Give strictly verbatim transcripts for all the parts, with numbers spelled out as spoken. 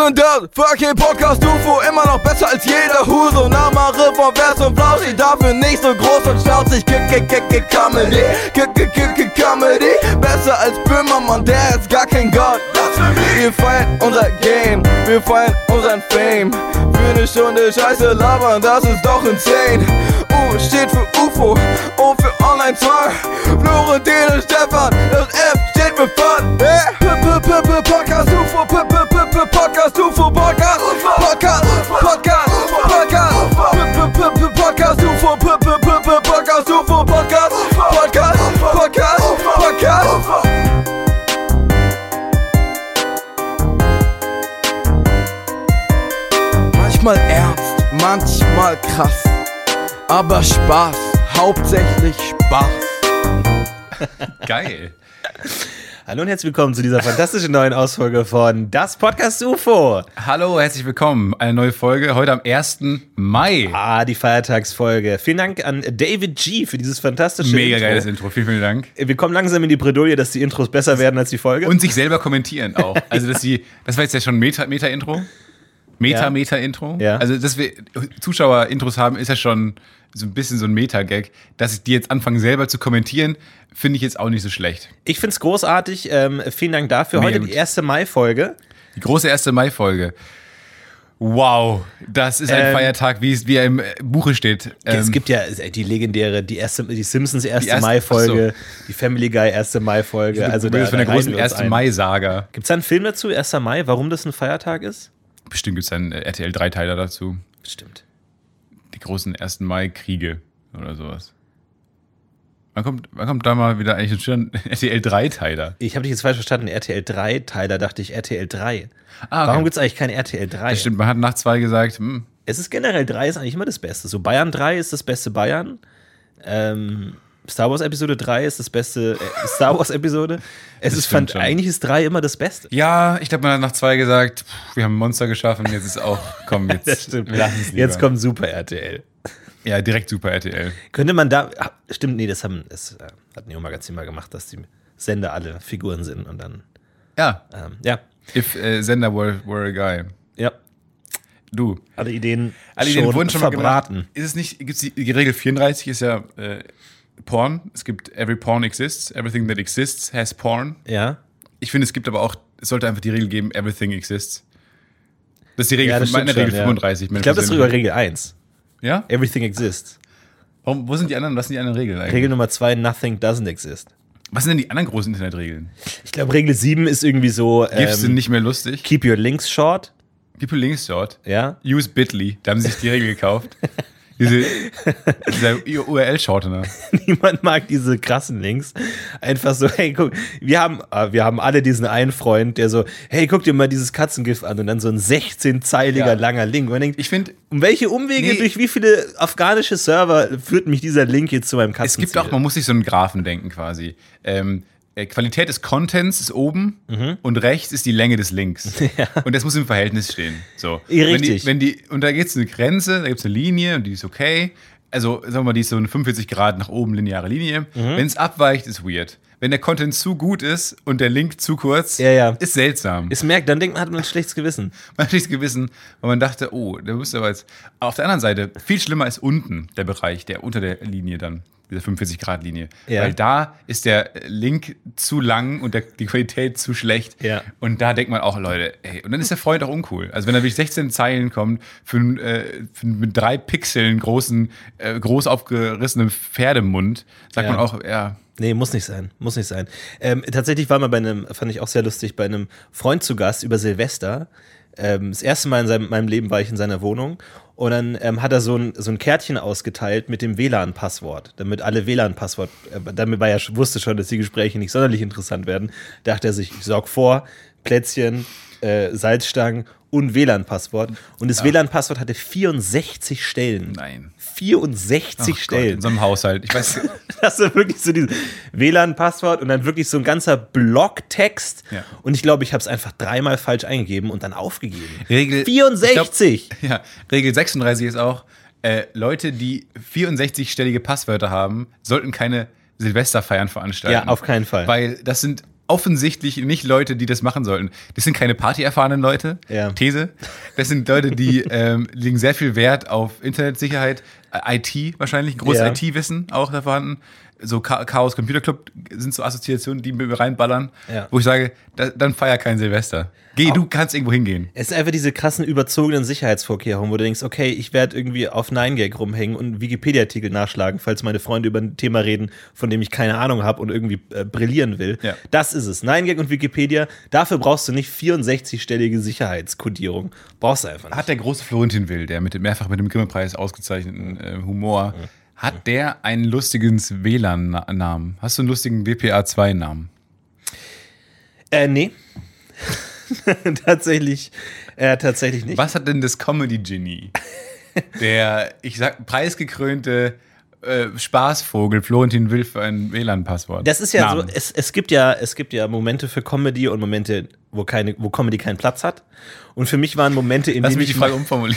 sind der fucking Podcast U F O, immer noch besser als jeder Huso. Namare von Vers und Flauschig, dafür nicht so groß und schlauzig. Kick, kick, kick, kick, Comedy, kick, kick, kick, kick, Comedy. Besser als Böhmermann, der ist gar kein Gott. Wir feiern unser Game, wir feiern unseren Fame. Für eine Stunde Scheiße labern, das ist doch insane. U steht für U F O, O für Online-Tour. Florentin und Stefan, das F steht für Fun. Podcast U F O, Podcast U F O, Podcast, Podcast, Podcast, Podcast, Podcast U F O, Podcast U F O, Podcast, Podcast, Podcast, Podcast. Manchmal ernst, manchmal krass, aber Spaß, hauptsächlich Spaß. Geil. Hallo und herzlich willkommen zu dieser fantastischen neuen Ausfolge von Das Podcast U F O. Hallo, herzlich willkommen. Eine neue Folge heute am ersten Mai. Ah, die Feiertagsfolge. Vielen Dank an David G. für dieses fantastische Mega Intro. geiles Intro. Vielen, vielen Dank. Wir kommen langsam in die Bredouille, dass die Intros besser werden als die Folge. Und sich selber kommentieren auch. Also, dass die, das war jetzt ja schon Meta, Meta-Intro. Meta, Ja. Meta-Intro. Ja. Also, dass wir Zuschauer-Intros haben, ist ja schon so ein bisschen so ein Meta-Gag. Dass die jetzt anfangen, selber zu kommentieren, finde ich jetzt auch nicht so schlecht. Ich finde es großartig. Ähm, vielen Dank dafür. Mega Heute gut. die erste Mai-Folge. Die große erste Mai-Folge. Wow, das ist ein Ähm, Feiertag, wie es wie er im Buche steht. es Ähm, gibt ja die legendäre, die erste, die Simpsons erste, Die erste- Mai-Folge, die Family Guy erste Mai-Folge. Also das von der reihen großen wir uns ersten ein. Mai-Saga. Gibt es da einen Film dazu, erster Mai, warum das ein Feiertag ist? Bestimmt gibt es einen R T L-Dreiteiler dazu. Stimmt. Die großen ersten Mai-Kriege oder sowas. Wann kommt, wann kommt da mal wieder eigentlich ein R T L-Dreiteiler? Ich habe dich jetzt falsch verstanden. R T L drei Teiler, dachte ich R T L drei. Ah, okay. Warum gibt es eigentlich kein R T L drei? Das stimmt, man hat nach zwei gesagt, hm, Es ist generell drei ist eigentlich immer das Beste. So Bayern drei ist das beste Bayern. Ähm, Star Wars Episode drei ist das beste äh, Star Wars Episode. Es Das ist stimmt fand, schon. eigentlich ist drei immer das Beste. ja, ich glaube, man hat nach zwei gesagt, pff, wir haben ein Monster geschaffen, jetzt ist auch, komm, jetzt Das stimmt. wir lassen es lieber. Jetzt kommt Super R T L. Ja, direkt Super R T L. Könnte man da ah, stimmt, nee, das haben das äh, hat Neo Magazin mal gemacht, dass die Sender alle Figuren sind und dann Ja, ähm, ja, if äh, Sender were, were a guy. ja, Du, alle Ideen alle Ideen schon wurden schon mal verbraten. gemacht. Ist es nicht, gibt's die, die Regel vierunddreißig ist ja äh, Porn. Es gibt every porn exists, everything that exists has porn. Ja. Ich finde, es gibt aber auch, es sollte einfach die Regel geben, everything exists. Das ist die Regel, Ja, das meine stimmt Regel schon, ja. fünfunddreißig. Ich glaube, das ist sogar Regel eins. Ja? Everything exists. Warum, wo sind die anderen, was sind die anderen Regeln eigentlich? Regel Nummer zwei, nothing doesn't exist. Was sind denn die anderen großen Internetregeln? Ich glaube, Regel sieben ist irgendwie so GIFs sind ähm, nicht mehr lustig. keep your links short. People links dort. Ja. Use Bitly. Da haben sie sich die Regel gekauft. Diese, dieser U R L-Shortener. Niemand mag diese krassen Links. Einfach so, hey, guck, wir haben, äh, wir haben alle diesen einen Freund, der so, hey, guck dir mal dieses Katzengif an und dann so ein sechzehn-zeiliger Ja. langer Link. Und man denkt, Ich finde, um welche Umwege, Nee. durch wie viele afghanische Server führt mich dieser Link jetzt zu meinem es Katzenziel? gibt auch, man muss sich so einen Graphen denken quasi. Ähm, äh, Qualität des Contents ist oben und rechts ist die Länge des Links. Und das muss im Verhältnis stehen. So. Ja, Wenn richtig. die, wenn die, und da gibt es eine Grenze, da gibt es eine Linie und die ist okay. Also, sagen wir mal, die ist so eine fünfundvierzig Grad nach oben lineare Linie. Wenn es abweicht, ist weird. Wenn der Content zu gut ist und der Link zu kurz, Ja, ja. ist seltsam. Es merkt, dann denkt man, hat man ein schlechtes Gewissen. Man hat nicht das Gewissen, weil man dachte, oh, der müsste aber jetzt. Auf der anderen Seite, viel schlimmer ist unten der Bereich, der unter der Linie dann, dieser fünfundvierzig Grad Linie. Ja. Weil da ist der Link zu lang und der, die Qualität zu schlecht. Ja. Und da denkt man auch, Leute, ey, und dann ist der Freund auch uncool. Also wenn da wirklich sechzehn Zeilen kommen für, einen, äh, für einen mit drei Pixeln großen, äh, groß aufgerissenen Pferdemund, sagt Ja. man auch, ja. Nee, muss nicht sein, muss nicht sein. Ähm, tatsächlich war mal bei einem, fand ich auch sehr lustig, bei einem Freund zu Gast über Silvester. Ähm, das erste Mal in seinem, meinem Leben war ich in seiner Wohnung und dann ähm, hat er so ein, so ein Kärtchen ausgeteilt mit dem W L A N-Passwort, damit alle W L A N-Passwort, äh, damit war ja wusste schon, dass die Gespräche nicht sonderlich interessant werden, dachte er sich, ich sorg vor, Plätzchen, äh, Salzstangen und W L A N-Passwort. Und das W L A N-Passwort hatte vierundsechzig Stellen. Nein. vierundsechzig Ach Stellen. Gott, in so einem Haushalt. Ich weiß. Das ist wirklich so dieses W L A N-Passwort und dann wirklich so ein ganzer Blocktext. Ja. Und ich glaube, ich habe es einfach dreimal falsch eingegeben und dann aufgegeben. Regel vierundsechzig! Ich glaub, ja, Regel sechsunddreißig ist auch, äh, Leute, die vierundsechzig-stellige Passwörter haben, sollten keine Silvesterfeiern veranstalten. Ja, auf keinen Fall. Weil das sind offensichtlich nicht Leute, die das machen sollten. Das sind keine partyerfahrenen Leute, Ja. These. Das sind Leute, die ähm, legen sehr viel Wert auf Internetsicherheit, I T wahrscheinlich, großes Ja. I T-Wissen auch da vorhanden. So Cha- Chaos Computer Club sind so Assoziationen, die mir reinballern, Ja. wo ich sage, da, dann feier kein Silvester. Geh, du kannst irgendwo hingehen. Es sind einfach diese krassen, überzogenen Sicherheitsvorkehrungen, wo du denkst, okay, ich werde irgendwie auf neun gag rumhängen und einen Wikipedia-Artikel nachschlagen, falls meine Freunde über ein Thema reden, von dem ich keine Ahnung habe und irgendwie äh, brillieren will. Ja. Das ist es. neun gag und Wikipedia, dafür brauchst du nicht vierundsechzig-stellige Sicherheitskodierung. Brauchst du einfach nicht. Hat der große Florentin Will, der mit dem, mehrfach mit dem Grimme-Preis ausgezeichneten äh, Humor, hat der einen lustigen W L A N-Namen? Hast du einen lustigen W P A zwei Namen? Äh, nee. tatsächlich, äh, tatsächlich nicht. Was hat denn das Comedy-Genie? Der, ich sag, preisgekrönte äh, Spaßvogel Florentin Will für ein W L A N-Passwort. Das ist ja Namen. so, es, es gibt ja, es gibt ja Momente für Comedy und Momente, wo keine, wo Comedy keinen Platz hat. Und für mich waren Momente, in Lass denen mich ich die Frage umformulieren.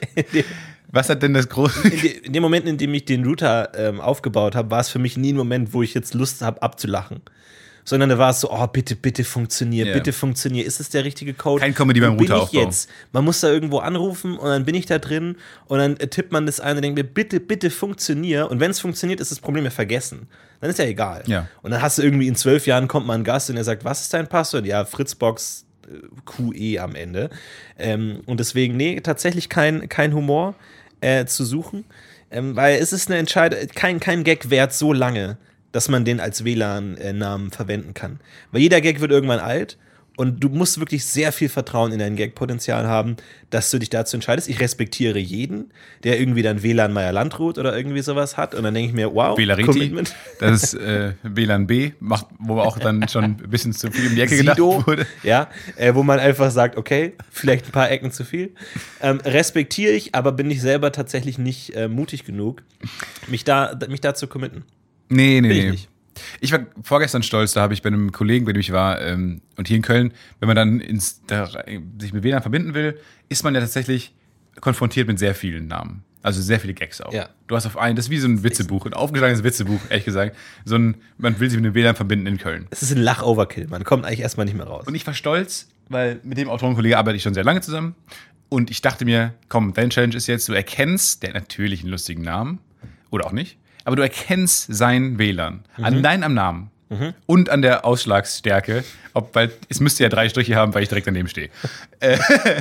Was hat denn das große... in, de, in dem Moment, in dem ich den Router ähm, aufgebaut habe, war es für mich nie ein Moment, wo ich jetzt Lust habe, abzulachen. Sondern da war es so, oh, bitte, bitte funktionier, Ja. bitte funktionier. Ist es der richtige Code? Kein Comedy beim Wo bin ich Routeraufbau. jetzt? Man muss da irgendwo anrufen und dann bin ich da drin und dann äh, tippt man das ein und denkt mir, bitte, bitte funktionier. Und wenn es funktioniert, ist das Problem ja vergessen. Dann ist ja egal. Ja. Und dann hast du irgendwie in zwölf Jahren kommt mal ein Gast und er sagt, was ist dein Passwort? Ja, Fritzbox äh, Q E am Ende. Ähm, und deswegen, nee, tatsächlich kein, kein Humor äh, zu suchen. Ähm, weil es ist eine Entscheidung, kein, kein Gag währt so lange, dass man den als W L A N-Namen verwenden kann. Weil jeder Gag wird irgendwann alt und du musst wirklich sehr viel Vertrauen in dein Gag-Potenzial haben, dass du dich dazu entscheidest. Ich respektiere jeden, der irgendwie dann W L A N Meyer Landrut oder irgendwie sowas hat und dann denke ich mir, wow, Velariti, Commitment. das ist äh, W L A N B, macht, wo auch dann schon ein bisschen zu viel um die Ecke gedacht Sido, wurde. ja, äh, wo man einfach sagt, okay, vielleicht ein paar Ecken zu viel. Ähm, respektiere ich, aber bin ich selber tatsächlich nicht äh, mutig genug, mich da, mich da zu committen. Nee, nee, Bin ich nee. nicht. Ich war vorgestern stolz, da habe ich bei einem Kollegen, bei dem ich war, ähm, und hier in Köln, wenn man dann ins, da, sich mit W L A N verbinden will, ist man ja tatsächlich konfrontiert mit sehr vielen Namen. Also sehr viele Gags auch. Ja. Du hast auf einen, das ist wie so ein Witzebuch, ein aufgeschlagenes Witzebuch, ehrlich gesagt. So ein, man will sich mit dem W L A N verbinden in Köln. Es ist ein Lach-Overkill, man kommt eigentlich erstmal nicht mehr raus. Und ich war stolz, weil mit dem Autorenkollege arbeite ich schon sehr lange zusammen. Und ich dachte mir, komm, deine Challenge ist jetzt, du erkennst, der hat natürlich einen lustigen Namen, oder auch nicht, aber du erkennst sein W L A N. Mhm. Allein am Namen. Mhm. Und an der Ausschlagsstärke. Ob, weil es müsste ja drei Striche haben, weil ich direkt daneben stehe. Äh,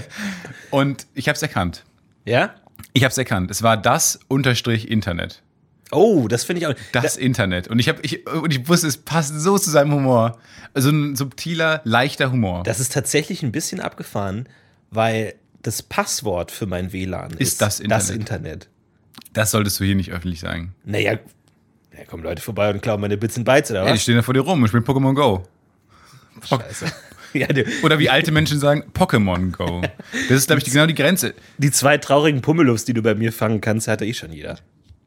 und ich habe es erkannt. Ja? Ich habe es erkannt. Es war das Unterstrich Internet. Oh, das finde ich auch. Das Internet. Und ich, hab, ich, und ich wusste, es passt so zu seinem Humor. Also ein subtiler, leichter Humor. Das ist tatsächlich ein bisschen abgefahren, weil das Passwort für mein W L A N ist, Ist das Internet. das Internet. Das solltest du hier nicht öffentlich sagen. Naja, da kommen Leute vorbei und klauen meine Bits und Bytes, oder Ja, die was? stehen da vor dir rum und spielen Pokémon Go. Scheiße. Ja, die, Oder wie alte Menschen sagen, Pokémon Go. Das ist, glaube ich, die, genau die Grenze. die zwei traurigen Pummeluffs, die du bei mir fangen kannst, hatte eh schon jeder.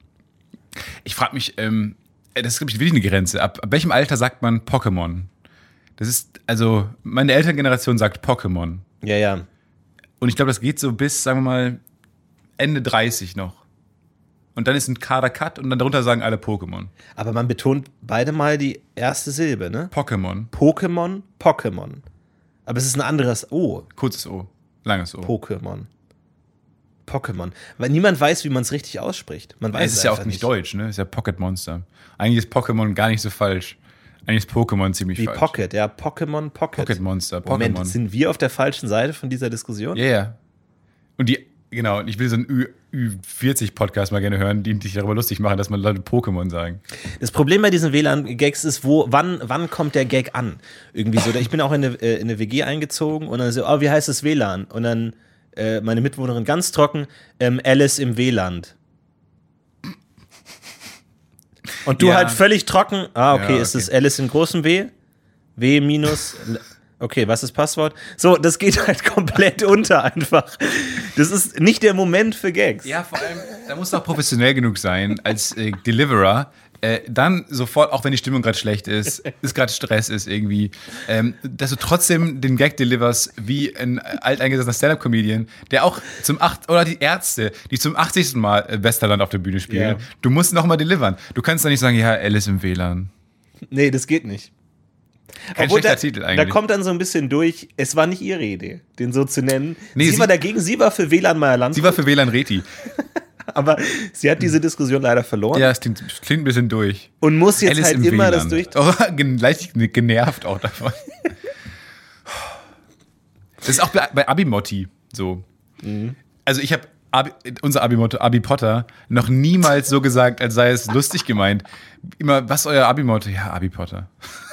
Ich frage mich, ähm, das ist, glaube ich, wirklich eine Grenze. Ab, ab welchem Alter sagt man Pokémon? Das ist, also, meine Elterngeneration sagt Pokémon. Ja, ja. Und ich glaube, das geht so bis, sagen wir mal, Ende dreißig noch. Und dann ist ein Kader Cut und dann darunter sagen alle Pokémon. Aber man betont beide mal die erste Silbe, ne? Pokémon. Pokémon, Pokémon. Aber es ist ein anderes O. Kurzes O. Langes O. Pokémon. Pokémon. Weil niemand weiß, wie man es richtig ausspricht. Man weiß es ist ja auch einfach nicht deutsch, ne? Es ist ja Pocket Monster. Eigentlich ist Pokémon gar nicht so falsch. Eigentlich ist Pokémon ziemlich Wie falsch. Pocket, ja, Pokémon, Pocket. Pocket Monster, Pokémon. Moment, sind wir auf der falschen Seite von dieser Diskussion? Ja, ja. Und die, genau, und ich will so einen Ü vierzig Podcast mal gerne hören, die sich darüber lustig machen, dass man Leute Pokémon sagen. Das Problem bei diesen W L A N-Gags ist, wo, wann, wann kommt der Gag an? Irgendwie so. Ich bin auch in eine, äh, in eine W G eingezogen und dann so, oh, wie heißt das W L A N? Und dann äh, meine Mitbewohnerin ganz trocken, ähm, Alice im W L A N. Und du Ja. halt völlig trocken, ah, okay, Ja, okay. ist es Alice in großem W? W minus, okay, was ist Passwort? So, das geht halt komplett unter einfach. Das ist nicht der Moment für Gags. Ja, vor allem, da musst du auch professionell genug sein als äh, Deliverer. Äh, dann sofort, auch wenn die Stimmung gerade schlecht ist, ist gerade Stress ist irgendwie, ähm, dass du trotzdem den Gag deliverst wie ein alteingesessener Stand-Up-Comedian, der auch zum acht oder die Ärzte, die zum achtzigsten Mal äh, Westerland auf der Bühne spielen. Ja. Du musst nochmal delivern. Du kannst doch nicht sagen, ja, Alice im W L A N. Nee, das geht nicht. Kein Obwohl, schlechter da, Titel da eigentlich. kommt dann so ein bisschen durch, es war nicht ihre Idee, den so zu nennen. Nee, sie, sie- war dagegen, sie war für W L A N Meyer-Landrut, Sie war für W L A N Reti. aber sie hat diese Diskussion leider verloren Ja, es klingt, klingt ein bisschen durch. und muss jetzt Alice halt im immer W L A N. das durch... Oh, gen- leicht genervt auch davon. Das ist auch bei, bei Abimotti so. Mhm. Also ich habe Abi, unser Abimotto, Abi Potter, noch niemals so gesagt, als sei es lustig gemeint. Immer, was ist euer Abimotto? Ja, Abi Potter.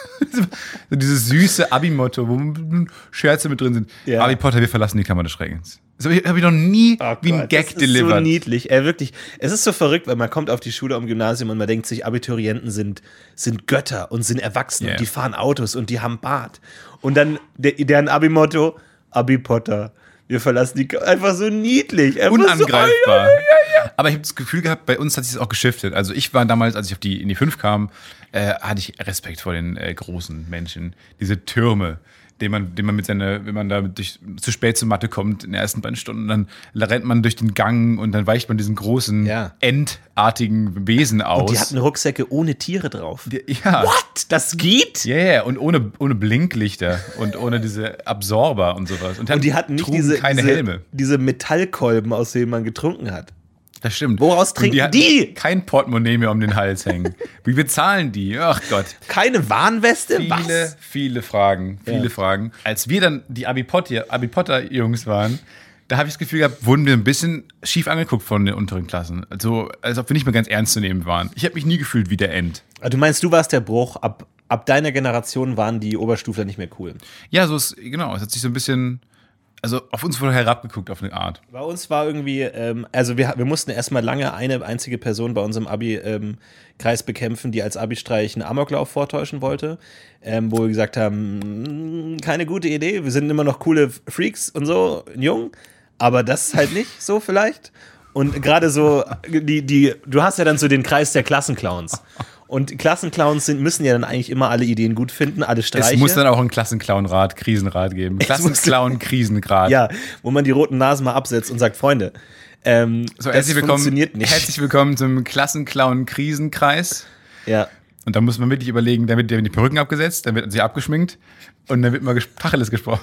So dieses süße Abimotto, wo Scherze mit drin sind. Ja. Abi Potter, wir verlassen die Kammer des Schreckens. Das habe ich, hab ich noch nie Oh wie ein Gott, Gag das ist delivered. so niedlich. Ey, wirklich. Es ist so verrückt, weil man kommt auf die Schule am Gymnasium und man denkt sich, Abiturienten sind, sind Götter und sind erwachsen Yeah. und die fahren Autos und die haben Bart. Und dann der, deren Abi-Motto, Abi Potter. Wir verlassen die Kammer. Einfach so niedlich. Einfach Unangreifbar. So, oh, ja, ja, ja. Aber ich habe das Gefühl gehabt, bei uns hat sich das auch geschiftet. Also ich war damals, als ich auf die, in die fünf kam, äh, hatte ich Respekt vor den äh, großen Menschen. Diese Türme, den man, den man mit seiner, wenn man da durch, zu spät zur Mathe kommt in den ersten beiden Stunden, dann rennt man durch den Gang und dann weicht man diesen großen, Ja. endartigen Wesen aus. Und die hatten Rucksäcke ohne Tiere drauf. Die- ja. What? Das geht? Ja, yeah, und ohne, ohne Blinklichter und ohne diese Absorber und sowas. Und die hatten nicht trugen diese, keine diese, Helme. diese Metallkolben, aus denen man getrunken hat. Das stimmt. Woraus Und trinken hatten die? Kein Portemonnaie mehr um den Hals hängen. Wie bezahlen die? Ach Gott. Keine Warnweste? Viele, Was? viele Fragen. Viele Ja. Fragen. Als wir dann die Abi Potter, Abi Potter Jungs waren, da habe ich das Gefühl gehabt, wurden wir ein bisschen schief angeguckt von den unteren Klassen. Also, als ob wir nicht mehr ganz ernst zu nehmen waren. Ich habe mich nie gefühlt wie der End. Du meinst, du warst der Bruch. Ab, ab deiner Generation waren die Oberstufler nicht mehr cool. Ja, so ist, genau. Es hat sich so ein bisschen, also auf uns wurde herabgeguckt auf eine Art. Bei uns war irgendwie, ähm, also wir, wir mussten erstmal lange eine einzige Person bei unserem Abi-Kreis bekämpfen, die als Abi-Streich einen Amoklauf vortäuschen wollte, ähm, wo wir gesagt haben, "Mm, keine gute Idee, wir sind immer noch coole Freaks und so, jung, aber das ist halt nicht so vielleicht. Und gerade so, die, die, du hast ja dann so den Kreis der Klassenclowns. Und Klassenclowns sind, müssen ja dann eigentlich immer alle Ideen gut finden, alle Streiche. Es muss dann auch einen Klassenclown-Rat, Krisenrat geben. Klassenclown-Krisenrat. Ja, wo man die roten Nasen mal absetzt und sagt, Freunde, ähm, So, das herzlich willkommen, funktioniert nicht. herzlich willkommen zum Klassenclown-Krisenkreis. Ja. Und da muss man wirklich überlegen, dann wird die Perücken abgesetzt, dann wird sie abgeschminkt und dann wird mal ges- Tacheles gesprochen.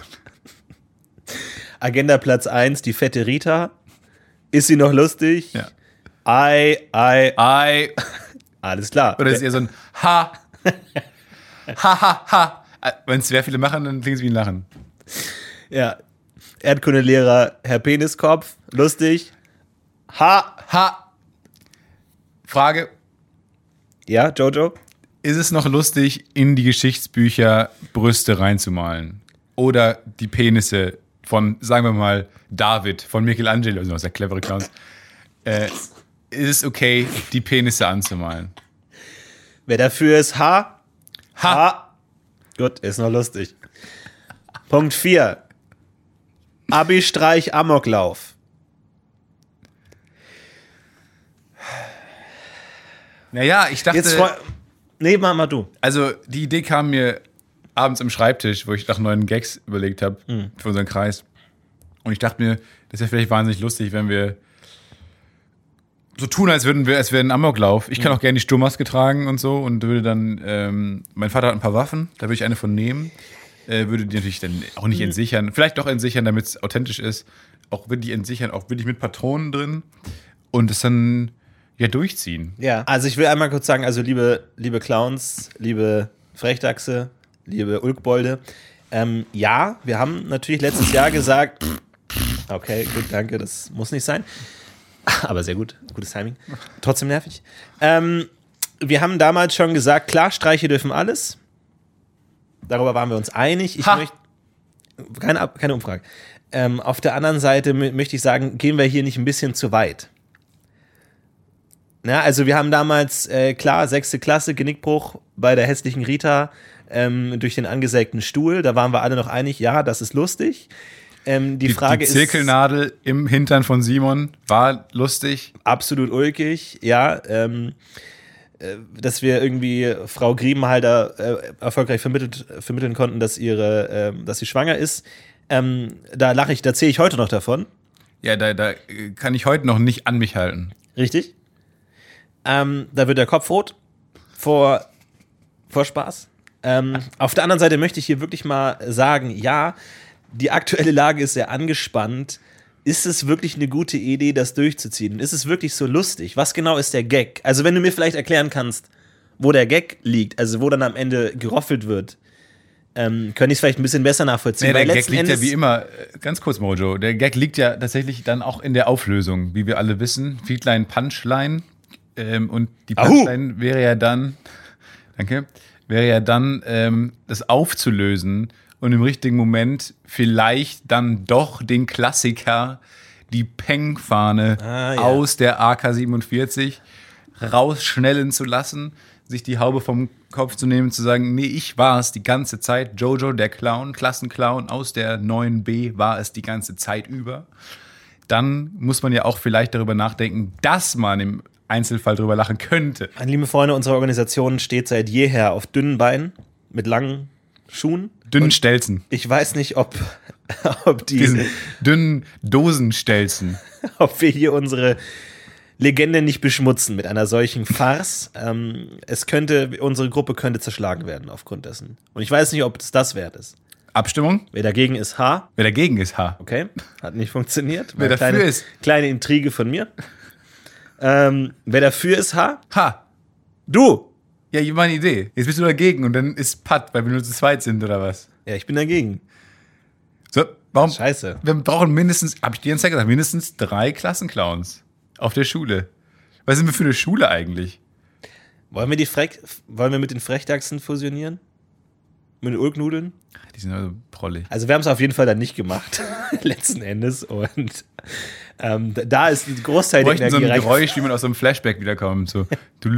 Agenda Platz eins, die fette Rita. Ist sie noch lustig? Ja. Ei, ei, Ei. alles klar. Oder ist eher so ein Ha. Ha, ha, ha. Wenn es sehr viele machen, dann klingt es wie ein Lachen. Ja. Erdkundelehrer, Herr Peniskopf, lustig. Ha. Ha. Frage: Ja, Jojo? Ist es noch lustig, in die Geschichtsbücher Brüste reinzumalen? Oder die Penisse von, sagen wir mal, David, von Michelangelo, also noch sehr clevere Clowns. Äh, ist es okay, die Penisse anzumalen? Wer dafür ist, Ha. Ha! Ha. Gut, ist noch lustig. Punkt vier. Abi-Streich Amoklauf. Naja, ich dachte, Jetzt freu Nee, mach mal du. also die Idee kam mir abends am Schreibtisch, wo ich nach neuen Gags überlegt habe für unseren Kreis. Und ich dachte mir, das wäre vielleicht wahnsinnig lustig, wenn wir so tun, als würden wir, als wäre ein Amoklauf. Ich kann auch gerne die Sturmmaske tragen und so und würde dann, ähm, mein Vater hat ein paar Waffen, da würde ich eine von nehmen, äh, würde die natürlich dann auch nicht entsichern, vielleicht doch entsichern, damit es authentisch ist, auch wirklich entsichern, auch wirklich mit Patronen drin und es dann ja durchziehen. Ja. Also ich will einmal kurz sagen, also liebe, liebe Clowns, liebe Frechdachse, liebe Ulkbolde, ähm, ja, wir haben natürlich letztes Jahr gesagt, okay, gut, danke, das muss nicht sein. Aber sehr gut, gutes Timing. Trotzdem nervig. Ähm, wir haben damals schon gesagt, klar, Streiche dürfen alles. Darüber waren wir uns einig. Ich Ha. möchte keine, Ab- keine Umfrage. Ähm, auf der anderen Seite mö- möchte ich sagen, gehen wir hier nicht ein bisschen zu weit. Ja, also wir haben damals, äh, klar, sechste Klasse, Genickbruch bei der hässlichen Rita ähm, durch den angesägten Stuhl. Da waren wir alle noch einig, ja, das ist lustig. Ähm, die, Die, Frage die Zirkelnadel im Hintern von Simon war lustig. ist absolut ulkig, ja. Ähm, äh, dass wir irgendwie Frau Griebenhalter äh, erfolgreich vermittelt, vermitteln konnten, dass, ihre, ähm, dass sie schwanger ist. Ähm, da lache ich, da zähle ich heute noch davon. Ja, da, da kann ich heute noch nicht an mich halten. Richtig? Ähm, da wird der Kopf rot vor, vor Spaß. Ähm, auf der anderen Seite möchte ich hier wirklich mal sagen, ja, die aktuelle Lage ist sehr angespannt. Ist es wirklich eine gute Idee, das durchzuziehen? Ist es wirklich so lustig? Was genau ist der Gag? Also wenn du mir vielleicht erklären kannst, wo der Gag liegt, also wo dann am Ende geroffelt wird, ähm, könnte ich es vielleicht ein bisschen besser nachvollziehen. Nee, der Weil Gag letzten liegt Endes, ja wie immer, äh, ganz kurz Mojo, der Gag liegt ja tatsächlich dann auch in der Auflösung, wie wir alle wissen. Feedline, Punchline ähm, und die Ahu. Punchline wäre ja dann, danke, wäre ja dann ähm, das aufzulösen und im richtigen Moment vielleicht dann doch den Klassiker, die Peng-Fahne Ah, ja. aus der A K siebenundvierzig rausschnellen zu lassen, sich die Haube vom Kopf zu nehmen, zu sagen, nee, ich war es die ganze Zeit. Jojo, der Clown, Klassenclown aus der neun B, war es die ganze Zeit über. Dann muss man ja auch vielleicht darüber nachdenken, dass man im Einzelfall drüber lachen könnte. Meine liebe Freunde, unsere Organisation steht seit jeher auf dünnen Beinen mit langen Schuhen. Dünnen Stelzen. Ich weiß nicht, ob, ob, die, Diesen dünnen Dosenstelzen. ob wir hier unsere Legende nicht beschmutzen mit einer solchen Farce. ähm, es könnte, unsere Gruppe könnte zerschlagen werden aufgrund dessen. Und ich weiß nicht, ob es das wert ist. Abstimmung? Wer dagegen ist, H. Wer dagegen ist, H. Okay, hat nicht funktioniert. Wer War dafür kleine, ist. Kleine Intrige von mir. Ähm, wer dafür ist, H. Ha! Du! Ja, meine Idee. Jetzt bist du dagegen und dann ist Patt, weil wir nur zu zweit sind, oder was? Ja, ich bin dagegen. So, warum? Scheiße. Wir brauchen mindestens, hab ich dir jetzt gesagt, mindestens drei Klassenclowns auf der Schule. Was sind wir für eine Schule eigentlich? Wollen wir, die Freck, wollen wir mit den Frechdachsen fusionieren? Mit den Ulknudeln? Die sind also prollig. Also wir haben es auf jeden Fall dann nicht gemacht, letzten Endes. Und ähm, da ist ein Großteil Wir der bräuchten so ein Energie. Geräusch, wie man aus so einem Flashback wiederkommt. So.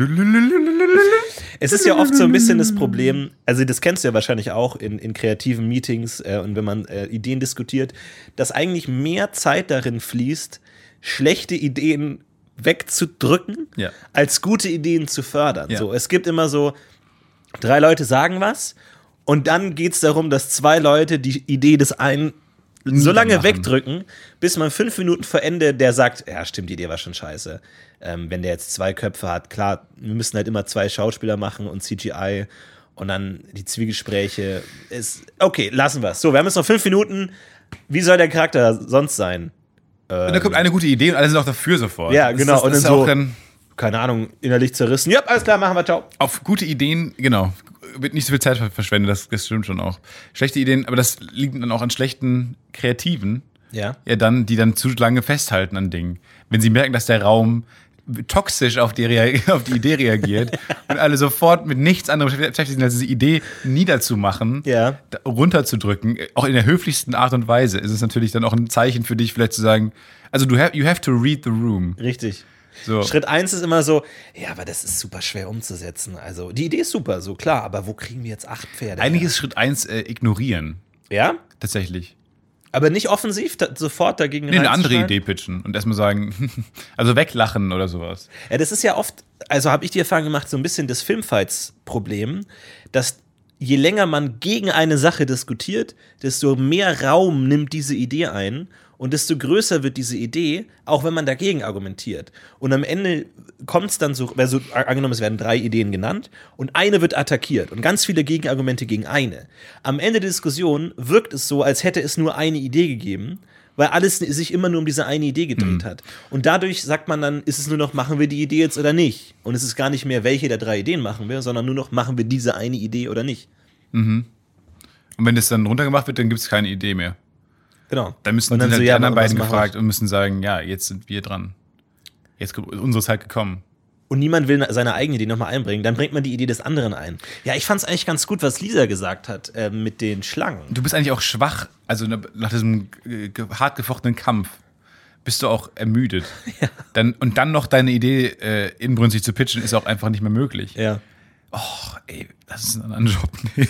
Es ist ja oft so ein bisschen das Problem, also das kennst du ja wahrscheinlich auch in, in kreativen Meetings äh, und wenn man äh, Ideen diskutiert, dass eigentlich mehr Zeit darin fließt, schlechte Ideen wegzudrücken, Ja. als gute Ideen zu fördern. Ja. So, es gibt immer so, drei Leute sagen was und dann geht es darum, dass zwei Leute die Idee des einen so lange machen. wegdrücken, bis man fünf Minuten vor Ende, der sagt, ja stimmt, die Idee war schon scheiße. Ähm, wenn der jetzt zwei Köpfe hat, klar, wir müssen halt immer zwei Schauspieler machen und C G I und dann die Zwiegespräche. Ist, okay, lassen wir es. So, wir haben jetzt noch fünf Minuten. Wie soll der Charakter sonst sein? Und da kommt eine gute Idee und alle sind auch dafür sofort. Ja, Das genau. ist- das Und ist dann auch so- dann Keine Ahnung, innerlich zerrissen. Ja, alles klar, machen wir, ciao. auf gute Ideen, genau, wird nicht so viel Zeit verschwendet, das, das stimmt schon auch. Schlechte Ideen, aber das liegt dann auch an schlechten Kreativen, Ja. ja dann, die dann zu lange festhalten an Dingen. Wenn sie merken, dass der Raum toxisch auf die, Rea- auf die Idee reagiert und alle sofort mit nichts anderem beschäftigt sind, als diese Idee niederzumachen, Ja. da- runterzudrücken, auch in der höflichsten Art und Weise, ist es natürlich dann auch ein Zeichen für dich, vielleicht zu sagen, also du have, you have to read the room. Richtig. So. Schritt eins ist immer so, ja, aber das ist super schwer umzusetzen. Also, die Idee ist super, so klar, aber wo kriegen wir jetzt acht Pferde? Eigentlich her? ist Schritt eins äh, ignorieren, Ja? tatsächlich. Aber nicht offensiv da, sofort dagegen Nee, eine andere reinzuschneiden? Idee pitchen und erstmal sagen, also weglachen oder sowas. Ja, das ist ja oft, also habe ich die Erfahrung gemacht, so ein bisschen das Filmfights-Problem, dass je länger man gegen eine Sache diskutiert, desto mehr Raum nimmt diese Idee ein und desto größer wird diese Idee, auch wenn man dagegen argumentiert. Und am Ende kommt es dann so, also angenommen, es werden drei Ideen genannt und eine wird attackiert und ganz viele Gegenargumente gegen eine. Am Ende der Diskussion wirkt es so, als hätte es nur eine Idee gegeben, weil alles sich immer nur um diese eine Idee gedreht hat. Und dadurch sagt man dann, ist es nur noch, machen wir die Idee jetzt oder nicht? Und es ist gar nicht mehr, welche der drei Ideen machen wir, sondern nur noch, machen wir diese eine Idee oder nicht? Und wenn das dann runtergemacht wird, dann gibt es keine Idee mehr. Genau. Dann müssen Und dann so, halt die ja, anderen was beiden machen gefragt und müssen sagen, ja, jetzt sind wir dran. Jetzt kommt unsere Zeit gekommen. Und niemand will seine eigene Idee nochmal einbringen, dann bringt man die Idee des anderen ein. Ja, ich fand es eigentlich ganz gut, was Lisa gesagt hat äh, mit den Schlangen. Du bist eigentlich auch schwach, also nach diesem äh, ge- hart gefochtenen Kampf bist du auch ermüdet. Ja. Dann, und dann noch deine Idee äh, inbrünstig zu pitchen, ist auch einfach nicht mehr möglich. Ja. Och, ey, das ist ein anderer Job. Nee.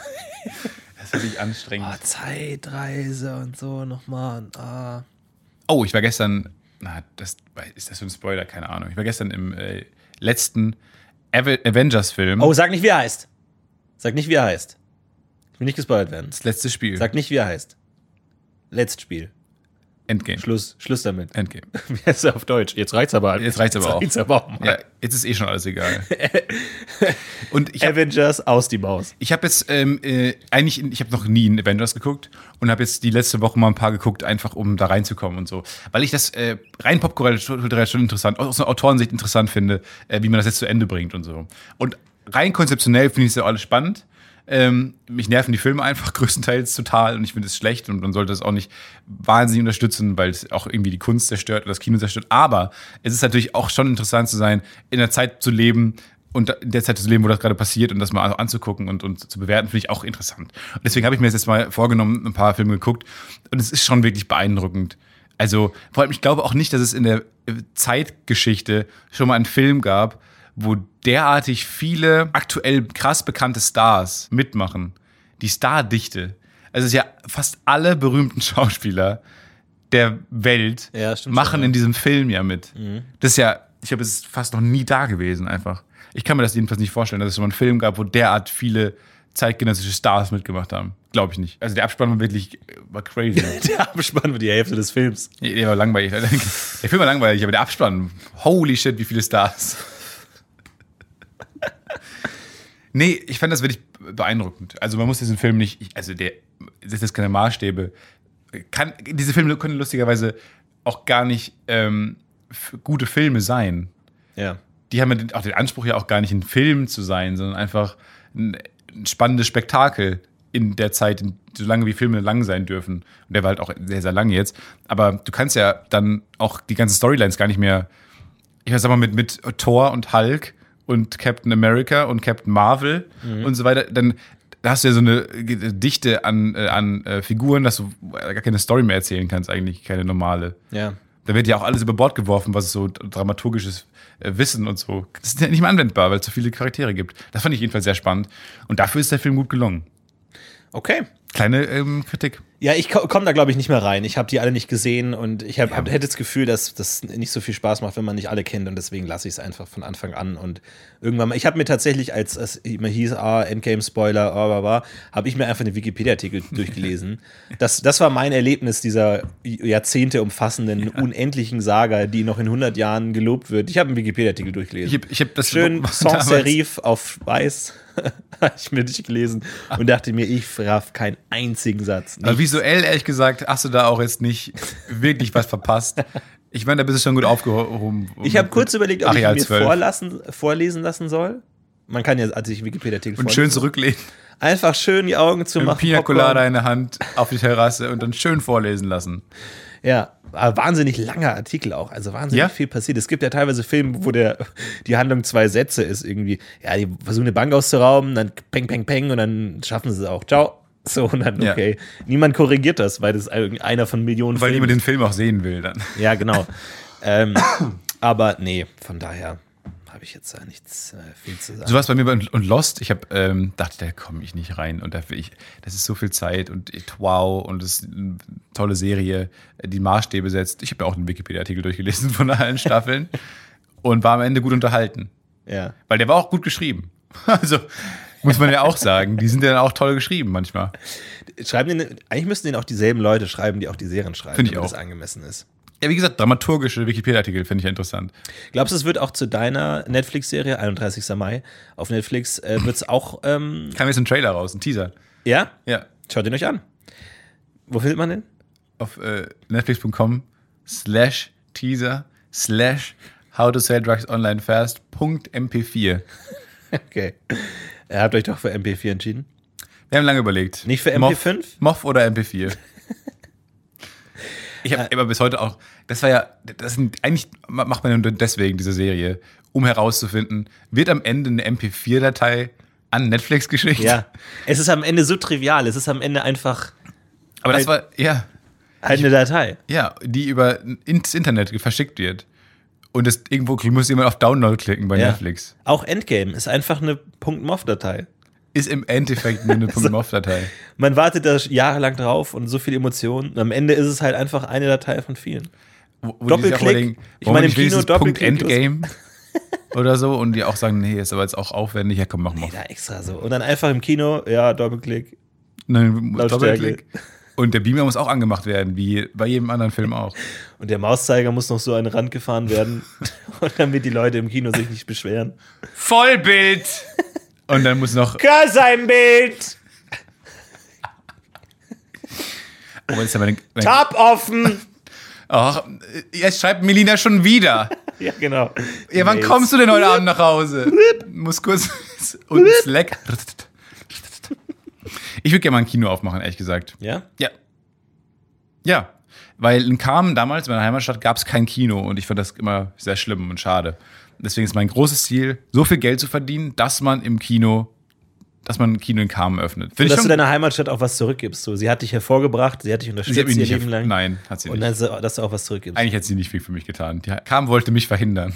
Das ist wirklich anstrengend. Oh, Zeitreise und so nochmal. Und, ah. Oh, ich war gestern, na, das, ist das so ein Spoiler? Keine Ahnung. Ich war gestern im äh, letzten Ave- Avengers-Film. Oh, sag nicht, wie er heißt. Sag nicht, wie er heißt. Ich will nicht gespoilert werden. Das letzte Spiel. Sag nicht, wie er heißt. Letztes Spiel. Endgame. Schluss, Schluss damit. Endgame. Wie heißt er auf Deutsch? Jetzt reicht's aber. Jetzt reicht's aber auch. Reicht's aber auch mal. Ja, jetzt ist eh schon alles egal. Und ich hab, Avengers aus die Maus. ich habe jetzt ähm, äh, eigentlich, ich habe noch nie einen Avengers geguckt und habe jetzt die letzte Woche mal ein paar geguckt, einfach um da reinzukommen und so. Weil ich das äh, rein popkulturell schon interessant, aus einer Autorensicht interessant finde, äh, wie man das jetzt zu Ende bringt und so. Und rein konzeptionell finde ich es ja alles spannend. Ähm, mich nerven die Filme einfach größtenteils total und ich finde es schlecht und man sollte es auch nicht wahnsinnig unterstützen, weil es auch irgendwie die Kunst zerstört oder das Kino zerstört. Aber es ist natürlich auch schon interessant zu sein, in der Zeit zu leben und in der Zeit zu leben, wo das gerade passiert und das mal anzugucken und, und zu bewerten, finde ich auch interessant. Und deswegen habe ich mir jetzt mal vorgenommen, ein paar Filme geguckt und es ist schon wirklich beeindruckend. Also vor allem, ich glaube auch nicht, dass es in der Zeitgeschichte schon mal einen Film gab, wo derartig viele aktuell krass bekannte Stars mitmachen. Die Stardichte. Also es ist ja fast alle berühmten Schauspieler der Welt Ja, stimmt machen schon, ja. in diesem Film ja mit. Mhm. Das ist ja, ich glaube, es ist fast noch nie da gewesen einfach. Ich kann mir das jedenfalls nicht vorstellen, dass es schon mal einen Film gab, wo derart viele zeitgenössische Stars mitgemacht haben. Glaube ich nicht. Also der Abspann war wirklich war crazy. Der Abspann war die Hälfte des Films. Der war langweilig. Der Film war langweilig, aber der Abspann, holy shit, wie viele Stars. Nee, ich fand das wirklich beeindruckend. Also man muss diesen Film nicht, ich, also der setzt jetzt keine Maßstäbe. Kann, diese Filme können lustigerweise auch gar nicht ähm, f- gute Filme sein. Ja. Die haben ja den, auch den Anspruch ja auch gar nicht ein Film zu sein, sondern einfach ein, ein spannendes Spektakel in der Zeit, in, solange wie Filme lang sein dürfen. Und der war halt auch sehr, sehr lang jetzt. Aber du kannst ja dann auch die ganzen Storylines gar nicht mehr, ich sag mal, mit, mit Thor und Hulk und Captain America und Captain Marvel mhm. und so weiter, dann da hast du ja so eine Dichte an, äh, an äh, Figuren, dass du gar keine Story mehr erzählen kannst, eigentlich keine normale. Ja. Da wird ja auch alles über Bord geworfen, was so dramaturgisches äh, Wissen und so. Das ist ja nicht mehr anwendbar, weil es so viele Charaktere gibt. Das fand ich jedenfalls sehr spannend. Und dafür ist der Film gut gelungen. Okay. Kleine ähm, Kritik. Ja, ich ko- komme da, glaube ich, nicht mehr rein. Ich habe die alle nicht gesehen und ich hab, hab, hätte das Gefühl, dass das nicht so viel Spaß macht, wenn man nicht alle kennt und deswegen lasse ich es einfach von Anfang an und irgendwann mal, ich habe mir tatsächlich, als es immer hieß, ah, Endgame-Spoiler, oh, oh, oh, habe ich mir einfach den Wikipedia-Artikel durchgelesen. Das, das war mein Erlebnis dieser Jahrzehnte umfassenden, ja. unendlichen Saga, die noch in hundert Jahren gelobt wird. Ich habe einen Wikipedia-Artikel durchgelesen. Ich hab, ich hab das Schön Sans Serif auf weiß habe ich mir durchgelesen und dachte mir, ich raff keinen einzigen Satz. Aber visuell, ehrlich gesagt, hast du da auch jetzt nicht wirklich was verpasst. Ich meine, da bist du schon gut aufgehoben. Ich habe kurz überlegt, ob Areal ich mir vorlassen, vorlesen lassen soll. Man kann ja, also ich Wikipedia-Artikel Und schön zurücklehnen. Einfach schön die Augen zu machen. Pina Colada in der Hand auf die Terrasse und dann schön vorlesen lassen. Ja, aber wahnsinnig langer Artikel auch. Also wahnsinnig ja? viel passiert. Es gibt ja teilweise Filme, wo der, die Handlung zwei Sätze ist irgendwie. Ja, die versuchen eine Bank auszurauben, dann peng, peng, peng und dann schaffen sie es auch. Ciao. So, und dann, okay. Ja. Niemand korrigiert das, weil das einer von Millionen Weil niemand den Film auch sehen will dann. Ja, genau. ähm, aber nee, von daher habe ich jetzt da nichts äh, viel zu sagen. So was bei mir bei und Lost, ich habe ähm, dachte, da komme ich nicht rein und da will ich, das ist so viel Zeit und wow und das ist eine tolle Serie, die Maßstäbe setzt. Ich habe ja auch einen Wikipedia-Artikel durchgelesen von allen Staffeln und war am Ende gut unterhalten. Ja. Weil der war auch gut geschrieben. Also muss man ja auch sagen, die sind ja dann auch toll geschrieben manchmal. Schreiben den, eigentlich müssten den auch dieselben Leute schreiben, die auch die Serien schreiben, Find ich damit auch. das angemessen ist. Ja, wie gesagt, dramaturgische Wikipedia-Artikel finde ich ja interessant. Glaubst du, es wird auch zu deiner Netflix-Serie, einunddreißigster Mai, auf Netflix, äh, wird es auch. Ähm Kam jetzt ein Trailer raus, ein Teaser. Ja? Ja. Schaut ihn euch an. Wo findet man den? Auf äh, netflix.com slash Teaser slash how to sell drugs online fast Punkt M P vier. Okay. Ihr habt euch doch für M P vier entschieden? Wir haben lange überlegt. Nicht für M P fünf? M O F oder M P vier? Ich habe immer bis heute auch, das war ja, das sind, eigentlich macht man nur deswegen diese Serie, um herauszufinden, wird am Ende eine M P vier Datei an Netflix geschickt? Ja. Es ist am Ende so trivial, es ist am Ende einfach Aber das halt, war, ja. halt eine Datei. Ja, die über ins Internet verschickt wird. Und das irgendwo muss jemand auf Download klicken bei Ja. Netflix. Auch Endgame ist einfach eine .mov-Datei. Ist im Endeffekt nur eine .mov-Datei. Man wartet da jahrelang drauf und so viele Emotionen. Und am Ende ist es halt einfach eine Datei von vielen. Wo, wo Doppelklick. Die sich auch überlegen, Ich wollen meine, wir im nicht Kino wenigstens Punkt Doppelklick. Endgame oder so und die auch sagen, nee, ist aber jetzt auch aufwendig, ja komm, mach mal. Nee, da extra so. Und dann einfach im Kino, ja, Doppelklick. Nein, Lautstärke. Doppelklick. Und der Beamer muss auch angemacht werden, wie bei jedem anderen Film auch. Und der Mauszeiger muss noch so an den Rand gefahren werden, und damit die Leute im Kino sich nicht beschweren. Vollbild! Und dann muss noch... Curse ein Bild! Oh, das ist ja mein, mein, Tab offen! Ach, jetzt schreibt Melina schon wieder. Ja, genau. Ja, wann Mails. kommst du denn heute Abend nach Hause? Muss kurz... Und Slack... Ich würde gerne mal ein Kino aufmachen, ehrlich gesagt. Ja? Ja. Ja, weil in Kamen damals, in meiner Heimatstadt, gab es kein Kino und ich fand das immer sehr schlimm und schade. Deswegen ist mein großes Ziel, so viel Geld zu verdienen, dass man im Kino, dass man ein Kino in Kamen öffnet. Und dass du deiner Heimatstadt auch was zurückgibst. So, sie hat dich hervorgebracht, sie hat dich unterstützt Sie hat mich ihr nicht Leben herv- lang. Nein, hat sie Und nicht. dann, dass du auch was zurückgibst. Eigentlich hat sie nicht viel für mich getan. Die Kamen wollte mich verhindern.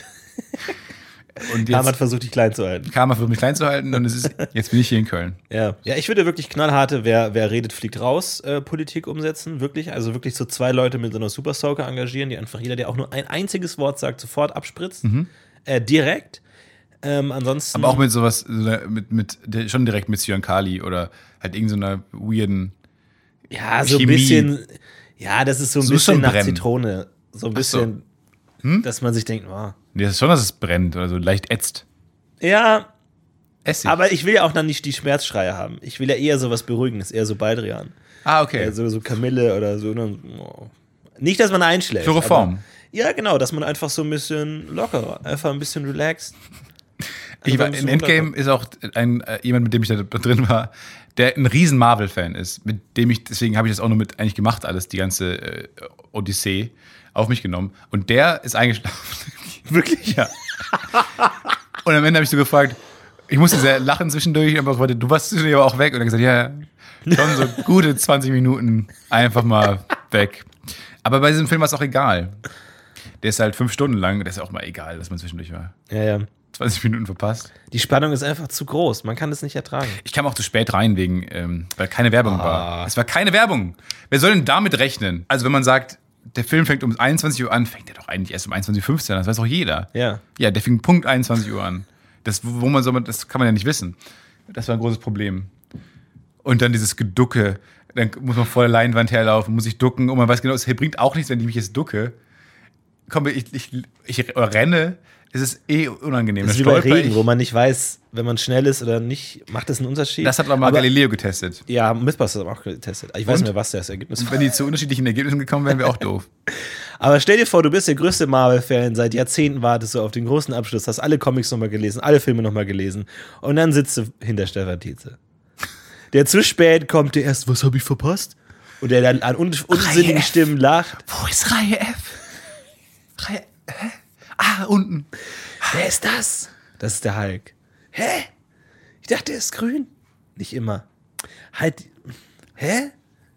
Und Kam hat jetzt versucht, dich klein zu halten. Kamen versucht mich klein zu halten und es ist, jetzt bin ich hier in Köln. Ja. Ja, ich würde wirklich knallharte, wer, wer redet, fliegt raus, äh, Politik umsetzen. Wirklich. Also wirklich so zwei Leute mit so einer Superstalker engagieren, die einfach jeder, der auch nur ein einziges Wort sagt, sofort abspritzt. Äh, direkt. Ähm, ansonsten. Aber auch mit sowas, so einer- mit, mit, der- schon direkt mit Zyankali oder halt irgendeiner so weirden. Ja, so ein Chemie. bisschen. Ja, das ist so ein So ist bisschen schon nach brennen. Zitrone. So ein Ach so. bisschen, dass man sich denkt, oh. Nee, das ist schon, dass es brennt oder so leicht ätzt. Ja, Essig. aber ich will ja auch dann nicht die Schmerzschreie haben. Ich will ja eher sowas Beruhigendes, eher so Baldrian. ah, okay. Ja, so, so Kamille oder so. ne? Oh. Nicht, dass man einschläft. Chloroform. aber- Ja, genau, dass man einfach so ein bisschen lockerer, einfach ein bisschen relaxed. Ich war, Einfach in ein bisschen Endgame ist auch ein, äh, jemand, mit dem ich da drin war, der ein riesen Marvel-Fan ist, mit dem ich, deswegen habe ich das auch nur mit eigentlich gemacht, alles, die ganze äh, Odyssee auf mich genommen. Und der ist eingeschlafen. Wirklich? Ja. Und am Ende habe ich so gefragt, ich musste sehr lachen zwischendurch, aber warte, du warst zwischendurch aber auch weg. Und er hat gesagt, ja, schon so gute zwanzig Minuten einfach mal weg. Aber bei diesem Film war es auch egal. Der ist halt fünf Stunden lang, das ist auch mal egal, dass man zwischendurch war. Ja, ja. zwanzig Minuten verpasst. Die Spannung ist einfach zu groß. Man kann das nicht ertragen. Ich kam auch zu spät rein, wegen, ähm, weil keine Werbung war. Es war keine Werbung. Wer soll denn damit rechnen? Also wenn man sagt, der Film fängt um einundzwanzig Uhr an, fängt der doch eigentlich erst um einundzwanzig Uhr fünfzehn an. Das weiß doch jeder. Ja. Ja, der fing Punkt einundzwanzig Uhr an. Das, wo man soll, das kann man ja nicht wissen. Das war ein großes Problem. Und dann dieses Geducke. Dann muss man vor der Leinwand herlaufen, muss ich ducken. Und man weiß genau, es bringt auch nichts, wenn ich mich jetzt ducke. Komm, ich, ich, ich renne. Es ist eh unangenehm. Das ist wie Dann bei stolper Regen, ich. wo man nicht weiß, wenn man schnell ist oder nicht, macht das einen Unterschied. Das hat aber mal Galileo getestet. Ja, Mythbusters hat auch getestet. Ich weiß Und? nicht mehr, was das Ergebnis war. Wenn die zu unterschiedlichen Ergebnissen gekommen wären, wäre auch doof. Aber stell dir vor, du bist der größte Marvel-Fan, seit Jahrzehnten wartest du auf den großen Abschluss, hast alle Comics nochmal gelesen, alle Filme nochmal gelesen und dann sitzt du hinter Stefan Tietze. Der zu spät kommt, der erst, was habe ich verpasst? Und der dann an un unsinnigen F. Stimmen lacht. Wo ist Reihe F? Reihe, hä? Ah, unten. Wer ist das? Das ist der Hulk. Hä? Ich dachte, er ist grün. Nicht immer. Halt. Hä?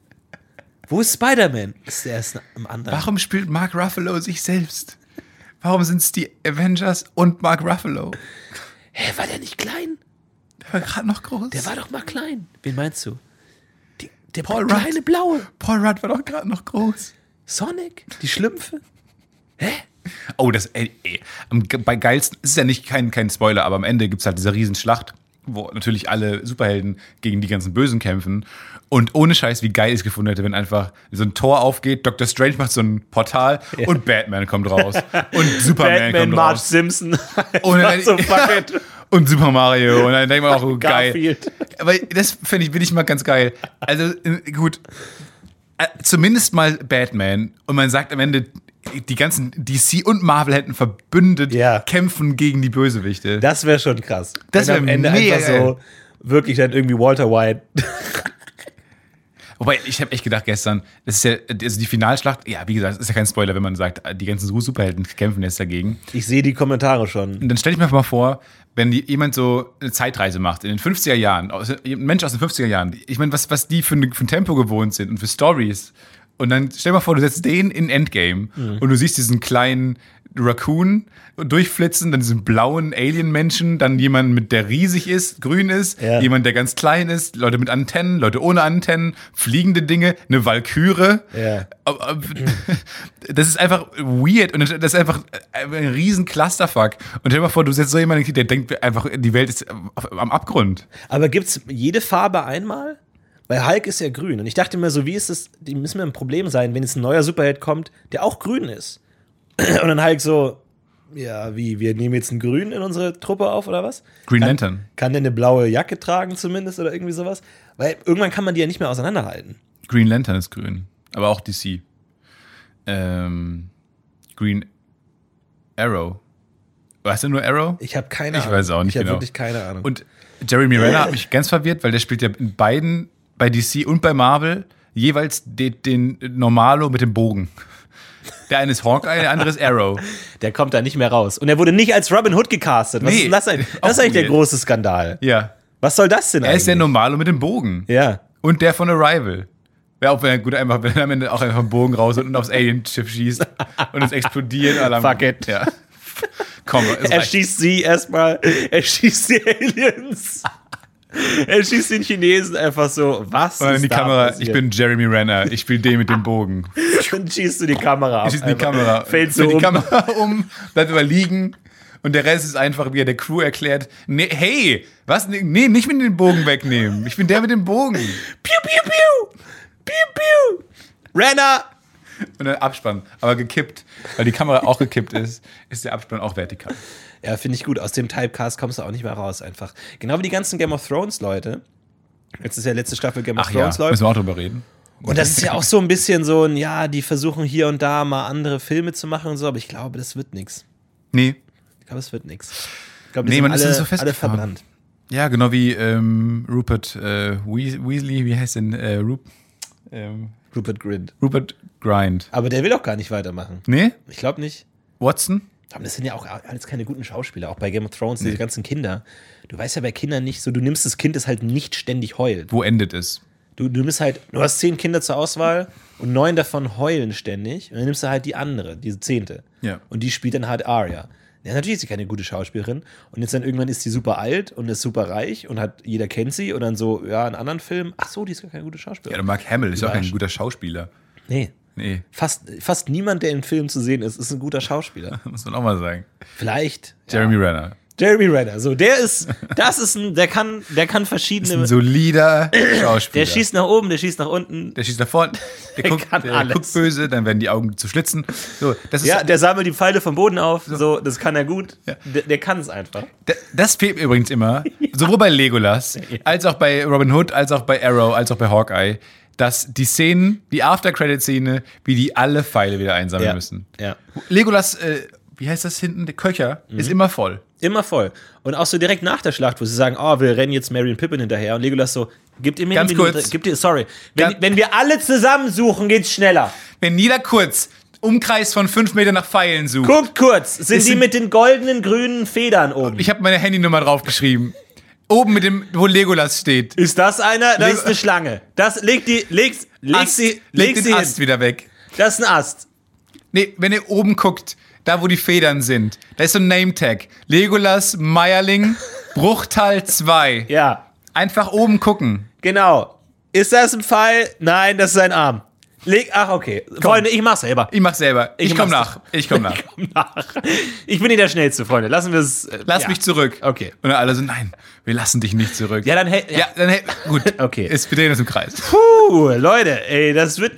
Wo ist Spider-Man? Ist der erst im anderen? Warum spielt Mark Ruffalo sich selbst? Warum sind es die Avengers und Mark Ruffalo? Hä, war der nicht klein? Der war gerade noch groß. Der war doch mal klein. Wen meinst du? Die, der Paul kleine Rudd. Blaue. Paul Rudd war doch gerade noch groß. Sonic? Die Schlümpfe? Hä? Oh, das, ey, ey, am ge- bei geilsten, es ist ja nicht kein, kein Spoiler, aber am Ende gibt es halt diese Riesenschlacht, wo natürlich alle Superhelden gegen die ganzen Bösen kämpfen. Und ohne Scheiß, wie geil ich es gefunden hätte, wenn einfach so ein Tor aufgeht, Doctor Strange macht so ein Portal Ja. und Batman kommt raus. Und Superman Batman, kommt Marge raus. Simpson. Und, dann, so fuck it. und Super Mario. Und dann denkt man auch, oh, geil. Garfield. Aber das finde ich, bin ich mal ganz geil. Also, äh, gut. Äh, Zumindest mal Batman. Und man sagt am Ende, die ganzen D C und Marvel hätten verbündet, Ja. kämpfen gegen die Bösewichte. Das wäre schon krass. Das Wenn wär am Ende mega einfach so wirklich dann irgendwie Walter White. Wobei, ich habe echt gedacht gestern, das ist ja, also die Finalschlacht, ja, wie gesagt, das ist ja kein Spoiler, wenn man sagt, die ganzen Superhelden kämpfen jetzt dagegen. Ich sehe die Kommentare schon. Und dann stelle ich mir einfach mal vor, wenn die, jemand so eine Zeitreise macht, in den fünfziger Jahren, aus- ein Mensch aus den fünfziger Jahren, ich meine, was, was die für ein, für ein Tempo gewohnt sind und für Stories. Und dann stell dir mal vor, du setzt den in Endgame Mhm. und du siehst diesen kleinen Raccoon durchflitzen, dann diesen blauen Alien-Menschen, dann jemanden mit, der riesig ist, grün ist, Ja. jemand, der ganz klein ist, Leute mit Antennen, Leute ohne Antennen, fliegende Dinge, eine Walküre. Ja. Aber- aber- Das ist einfach weird und das ist einfach ein riesen Clusterfuck. Und stell dir mal vor, du setzt so jemanden, der denkt einfach, die Welt ist am Abgrund. Aber gibt's jede Farbe einmal? Weil Hulk ist ja grün. Und ich dachte mir so, wie ist es, die müssen mir ein Problem sein, wenn jetzt ein neuer Superheld kommt, der auch grün ist. Und dann Hulk so, ja, wie, wir nehmen jetzt einen Grün in unsere Truppe auf, oder was? Green kann, Lantern. Kann der eine blaue Jacke tragen zumindest oder irgendwie sowas? Weil irgendwann kann man die ja nicht mehr auseinanderhalten. Green Lantern ist grün. Aber auch D C. Ähm, Green Arrow. Weißt du nur Arrow? Ich habe keine Ich Ahnung. weiß auch nicht ich genau. Ich habe wirklich keine Ahnung. Und Jeremy Renner hat mich ganz verwirrt, weil der spielt ja in beiden, bei D C und bei Marvel, jeweils den, den Normalo mit dem Bogen. Der eine ist Hawkeye, der andere ist Arrow. Der kommt da nicht mehr raus. Und er wurde nicht als Robin Hood gecastet. Was Nee, ist das, ein, auch das ist eigentlich der weird. große Skandal. Ja. Was soll das denn Er eigentlich? ist der Normalo mit dem Bogen. Ja. Und der von Arrival. Ja, auch wenn er gut einfach, wenn er am Ende auch einfach einen Bogen raus und aufs Alien-Schiff schießt und es explodiert. Alle Fuck it. Ja. Komm, es Er reicht. schießt sie erstmal, er schießt die Aliens. Er schießt den Chinesen einfach so, was Und dann ist in die da Kamera, passiert? ich bin Jeremy Renner, ich spiele den mit dem Bogen. Dann schießt du die Kamera ab. Ich schieße die einfach. Kamera. Fällt so Fällt die um. Kamera um, bleibt aber liegen. Und der Rest ist einfach, wie er der Crew erklärt, nee, hey, was, nee, nicht mit dem Bogen wegnehmen. Ich bin der mit dem Bogen. Piu, piu, piu. Piu, piu. Renner. Und dann Abspann, aber gekippt. Weil die Kamera auch gekippt ist, ist der Abspann auch vertikal. Ja, finde ich gut. Aus dem Typecast kommst du auch nicht mehr raus einfach. Genau wie die ganzen Game of Thrones Leute. Jetzt ist ja letzte Staffel Game of Ach ja, Thrones läuft. müssen wir auch drüber reden. Und das ist ja auch so ein bisschen so ein, ja, die versuchen hier und da mal andere Filme zu machen und so, aber ich glaube, das wird nichts. Nee. Ich glaube, es wird nichts. Ich glaube, die Nee, sind man ist alle, so alle festgefahren. verbrannt. Ja, genau wie ähm, Rupert äh, Weas- Weasley, wie heißt denn äh, Rup, ähm, Rupert Grint. Rupert Grind. Aber der will auch gar nicht weitermachen. Nee? Ich glaube nicht. Watson? Aber das sind ja auch alles keine guten Schauspieler, auch bei Game of Thrones, diese ganzen Kinder. Du weißt ja bei Kindern nicht so, du nimmst das Kind, das halt nicht ständig heult. Wo endet es? Du, du nimmst halt, du hast zehn Kinder zur Auswahl und neun davon heulen ständig und dann nimmst du halt die andere, diese zehnte. Ja. Und die spielt dann halt Arya. Ja, natürlich ist sie keine gute Schauspielerin. Und jetzt dann irgendwann ist sie super alt und ist super reich und hat, jeder kennt sie und dann so, ja, in anderen Filmen, ach so, die ist gar keine gute Ja, Schauspielerin. der Mark Hamill ist auch kein Überrascht. guter Schauspieler. Nee. Nee, Fast, fast niemand, der im Film zu sehen ist, ist ein guter Schauspieler. muss man auch mal sagen. Vielleicht. Jeremy Renner. Jeremy Renner, so, der ist, das ist ein, der kann, der kann verschiedene, Ein solider Schauspieler. der schießt nach oben, der schießt nach unten. Der schießt nach vorne, der, Der guckt, kann der alles. guckt böse, dann werden die Augen zu Schlitzen. So, das ist, Ja, der sammelt die Pfeile vom Boden auf, so, das kann er gut. Ja. Der, der kann es einfach. D- Das fehlt mir übrigens immer, sowohl bei Legolas, als auch bei Robin Hood, als auch bei Arrow, als auch bei Hawkeye, dass die Szenen, die After-Credit-Szene, wie die alle Pfeile wieder einsammeln Ja. müssen. Ja. Legolas, äh, wie heißt das hinten, der Köcher, Mhm. ist immer voll. Immer voll. Und auch so direkt nach der Schlacht, wo sie sagen, oh, wir rennen jetzt Merry und Pippin hinterher. Und Legolas so, gibt ihr mir Ganz eine Minute, kurz. Gibt ihr, sorry. Wenn, Ganz- wenn wir alle zusammensuchen, geht's schneller. Wenn jeder kurz Umkreis von fünf Metern nach Pfeilen sucht, Guckt kurz, sind Es die sind- mit den goldenen, grünen Federn oben. ich habe meine Handynummer draufgeschrieben, oben mit dem, wo Legolas steht. Ist das einer? Das Lego- ist eine Schlange. Das, leg die, leg, leg Ast, sie, leg leg den sie Ast hin. wieder weg. Das ist ein Ast. Nee, wenn ihr oben guckt, da wo die Federn sind, da ist so ein Name-Tag. Legolas, Meierling, Bruchtal zwei. Ja, Einfach oben gucken. genau. Ist das ein Pfeil? Nein, das ist ein Arm. Leg, ach, okay. Freunde, ich mach's selber. Ich mach selber. Ich, Ich komm mach's. nach. Ich komm nach. Komm nach. Ich bin nicht der Schnellste, Freunde. Lassen wir es. äh, Lass ja. mich zurück. Okay. Und dann alle so, nein, wir lassen dich nicht zurück. Ja, dann hält. ja, dann hey, gut. Okay. Ist, wir drehen uns im Kreis. Puh, Leute, ey, das wird,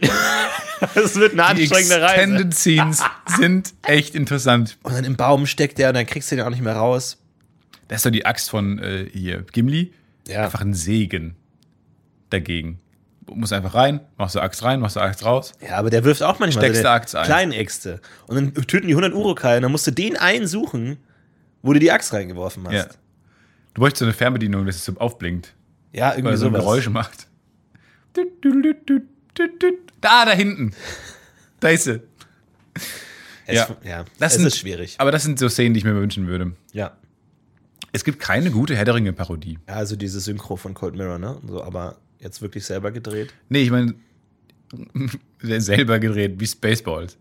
das wird eine Die anstrengende Reise. Extended Scenes sind echt interessant. Und dann im Baum steckt der und dann kriegst du den auch nicht mehr raus. Das ist doch die Axt von äh, hier, Gimli. Ja. Einfach ein Segen dagegen. Du musst einfach rein, machst du Axt rein, machst du Axt raus. Ja, aber der wirft auch manchmal Steckst so du eine Axt ein. kleinen Äxte. Und dann töten die hundert Urukai und dann musst du den einen suchen, wo du die Axt reingeworfen hast. Ja. Du bräuchst so eine Fernbedienung, dass es so aufblinkt. Ja, irgendwie Weil er so sowas. Geräusche macht. Da, da hinten. Da ist sie. Es, Ja. ja. ja, Das es sind- ist schwierig. Aber das sind so Szenen, die ich mir wünschen würde. Ja. Es gibt keine gute Herr der Ringe-Parodie. Ja, also diese Synchro von Cold Mirror, ne? So, aber jetzt wirklich selber gedreht. Nee, ich meine, selber gedreht, wie Spaceballs.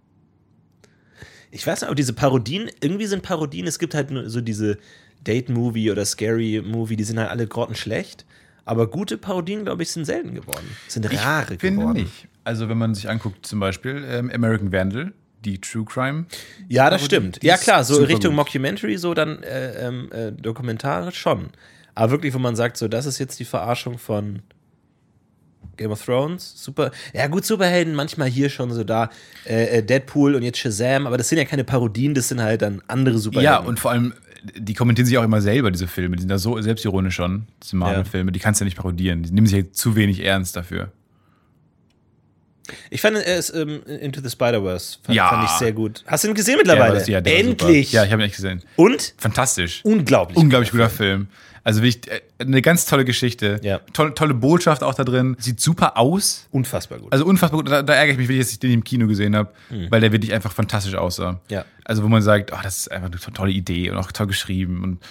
Ich weiß nicht, aber diese Parodien, irgendwie sind Parodien, es gibt halt nur so diese Date-Movie oder Scary-Movie, die sind halt alle grottenschlecht. Aber gute Parodien, glaube ich, sind selten geworden. Sind rare Ich finde geworden. nicht. Also wenn man sich anguckt, zum Beispiel ähm, American Vandal, die True Crime. Ja, das Parodie, stimmt. die Ja, ist klar, so super Richtung gut. Mockumentary, so dann äh, ähm, äh, dokumentarisch schon. Aber wirklich, wo man sagt, so, das ist jetzt die Verarschung von Game of Thrones, super. Ja, gut, Superhelden, manchmal hier schon so da. Äh, Deadpool und jetzt Shazam, aber das sind ja keine Parodien, das sind halt dann andere Superhelden. Ja, und vor allem, die kommentieren sich auch immer selber, diese Filme. Die sind da so selbstironisch schon, diese Marvel-Filme. Die kannst du ja nicht parodieren. Die nehmen sich ja zu wenig ernst dafür. Ich fand es ähm, Into the Spider-Verse fand, Ja. fand ich sehr gut. Hast du ihn gesehen mittlerweile? Ja, das- ja, der war Endlich! super. Ja, ich habe ihn echt gesehen. Und? Fantastisch. Unglaublich. Unglaublich guter Film. Also wirklich äh, eine ganz tolle Geschichte. Ja. Tolle, tolle Botschaft auch da drin. Sieht super aus. Unfassbar gut. Also unfassbar gut. Da, da ärgere ich mich, wenn ich jetzt den im Kino gesehen habe, weil der wirklich einfach fantastisch aussah. Ja. Also wo man sagt, oh, das ist einfach eine to- tolle Idee und auch toll geschrieben. Und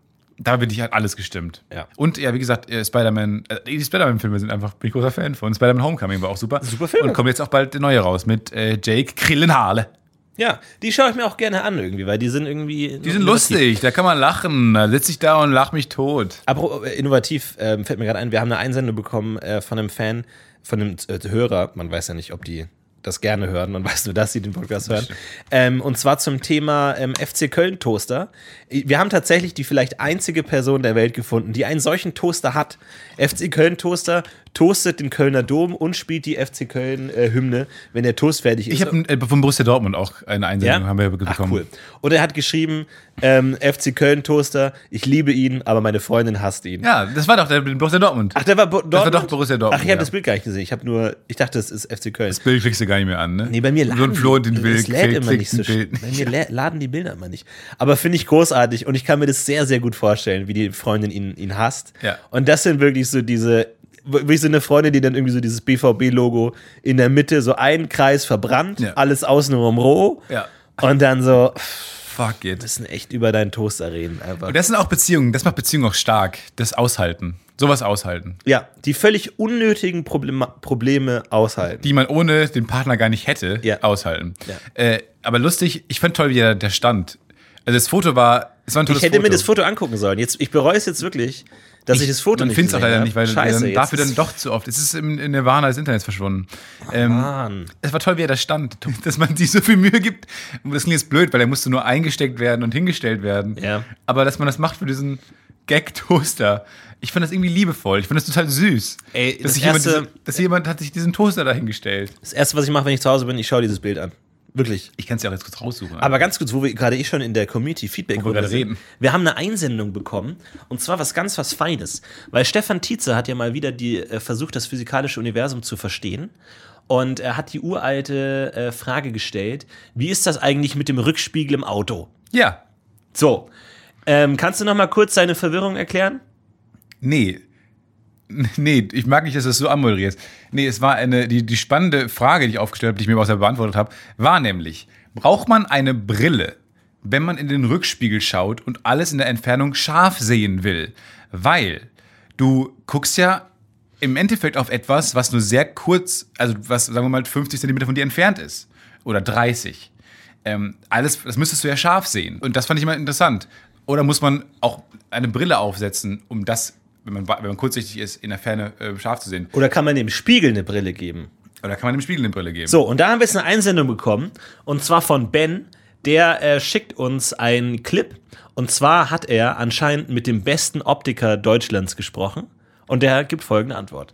da wirklich halt alles gestimmt. Ja. Und ja, wie gesagt, äh, Spider-Man, äh, die Spider-Man-Filme sind einfach, bin ich großer Fan von. Spider-Man Homecoming war auch super. Super Filme. Und kommt jetzt auch bald der neue raus mit äh, Jake Gyllenhaal. Ja, die schaue ich mir auch gerne an irgendwie, weil die sind irgendwie. Die sind lustig, da kann man lachen. Da sitze ich da und lach mich tot. Aber äh, innovativ ähm, fällt mir gerade ein, wir haben eine Einsendung bekommen äh, von einem Fan, von einem äh, Hörer, man weiß ja nicht, ob die das gerne hören, man weiß nur, dass sie den Podcast hören. Ähm, und zwar zum Thema ähm, F C Köln Toaster. Wir haben tatsächlich die vielleicht einzige Person der Welt gefunden, die einen solchen Toaster hat. F C Köln Toaster toastet den Kölner Dom und spielt die F C Köln äh, Hymne, wenn der Toast fertig ist. Ich habe äh, von Borussia Dortmund auch eine Einsendung, Ja? haben wir bekommen. Ach, cool. Und er hat geschrieben, ähm, F C Köln Toaster, ich liebe ihn, aber meine Freundin hasst ihn. Ja, das war doch der Borussia Dortmund. Ach, der war Bo- Dortmund? war doch Borussia Dortmund, Ach, ich habe ja. das Bild gar nicht gesehen. Ich habe nur, ich dachte, es ist F C Köln. Das Bild kriegst du gar nicht mehr an, ne? Nee, bei mir laden so ein Flo, den die, Bild, es lädt immer nicht so Bild. schnell. Bei mir lä- laden die Bilder immer nicht. Aber finde ich großartig und ich kann mir das sehr, sehr gut vorstellen, wie die Freundin ihn, ihn hasst. Ja. Und das sind wirklich so diese, wirklich so eine Freundin, die dann irgendwie so dieses B V B-Logo in der Mitte, so einen Kreis verbrannt, Ja. alles außenrum roh. Ja. Und dann so, Fuck wir it. müssen echt über deinen Toaster reden. Einfach. Und das sind auch Beziehungen, das macht Beziehungen auch stark. Das Aushalten. Sowas aushalten. Ja, die völlig unnötigen Probleme, Probleme aushalten. Die man ohne den Partner gar nicht hätte, Ja. aushalten. Ja. Äh, aber lustig, ich fand toll, wie der, der stand. Also das Foto war, es war ein tolles Ich hätte Foto. mir das Foto angucken sollen. Jetzt, ich bereue es jetzt wirklich, dass ich, das Foto Man nicht findet es auch gesehen leider habe. nicht, weil Scheiße, dann jetzt dafür dann ist- doch zu oft. Es ist im, in der Nirvana des Internets verschwunden. Ähm, Mann. es war toll, wie er da stand, dass man sich so viel Mühe gibt. Und das klingt jetzt blöd, weil er musste nur eingesteckt werden und hingestellt werden. Ja. Aber dass man das macht für diesen Gag-Toaster. Ich fand das irgendwie liebevoll. Ich fand das total süß. Ey, dass, das sich jemand, erste- diese, dass jemand hat sich diesen Toaster da hingestellt. Das Erste, was ich mache, wenn ich zu Hause bin, ich schaue dieses Bild an. Wirklich. Ich kann es ja auch jetzt kurz raussuchen. Aber ganz kurz, wo wir gerade eh schon in der Community Feedback Wo wir gerade reden. Wir haben eine Einsendung bekommen und zwar was ganz was Feines, weil Stefan Tietze hat ja mal wieder die äh, versucht, das physikalische Universum zu verstehen und er hat die uralte äh, Frage gestellt: Wie ist das eigentlich mit dem Rückspiegel im Auto? ja. So, ähm, kannst du noch mal kurz deine Verwirrung erklären? Nee. Nee, ich mag nicht, dass du das so anmoderierst. Nee, es war eine, die, die spannende Frage, die ich aufgestellt habe, die ich mir aber auch selber beantwortet habe, war nämlich, braucht man eine Brille, wenn man in den Rückspiegel schaut und alles in der Entfernung scharf sehen will? Weil du guckst ja im Endeffekt auf etwas, was nur sehr kurz, also was, sagen wir mal, fünfzig Zentimeter von dir entfernt ist. Oder dreißig. Ähm, alles, das müsstest du ja scharf sehen. Und das fand ich immer interessant. Oder muss man auch eine Brille aufsetzen, um das, wenn man, wenn man kurzsichtig ist, in der Ferne äh, scharf zu sehen? Oder kann man dem Spiegel eine Brille geben? Oder kann man dem Spiegel eine Brille geben? So, und da haben wir jetzt eine Einsendung bekommen und zwar von Ben, der äh, schickt uns einen Clip und zwar hat er anscheinend mit dem besten Optiker Deutschlands gesprochen und der gibt folgende Antwort.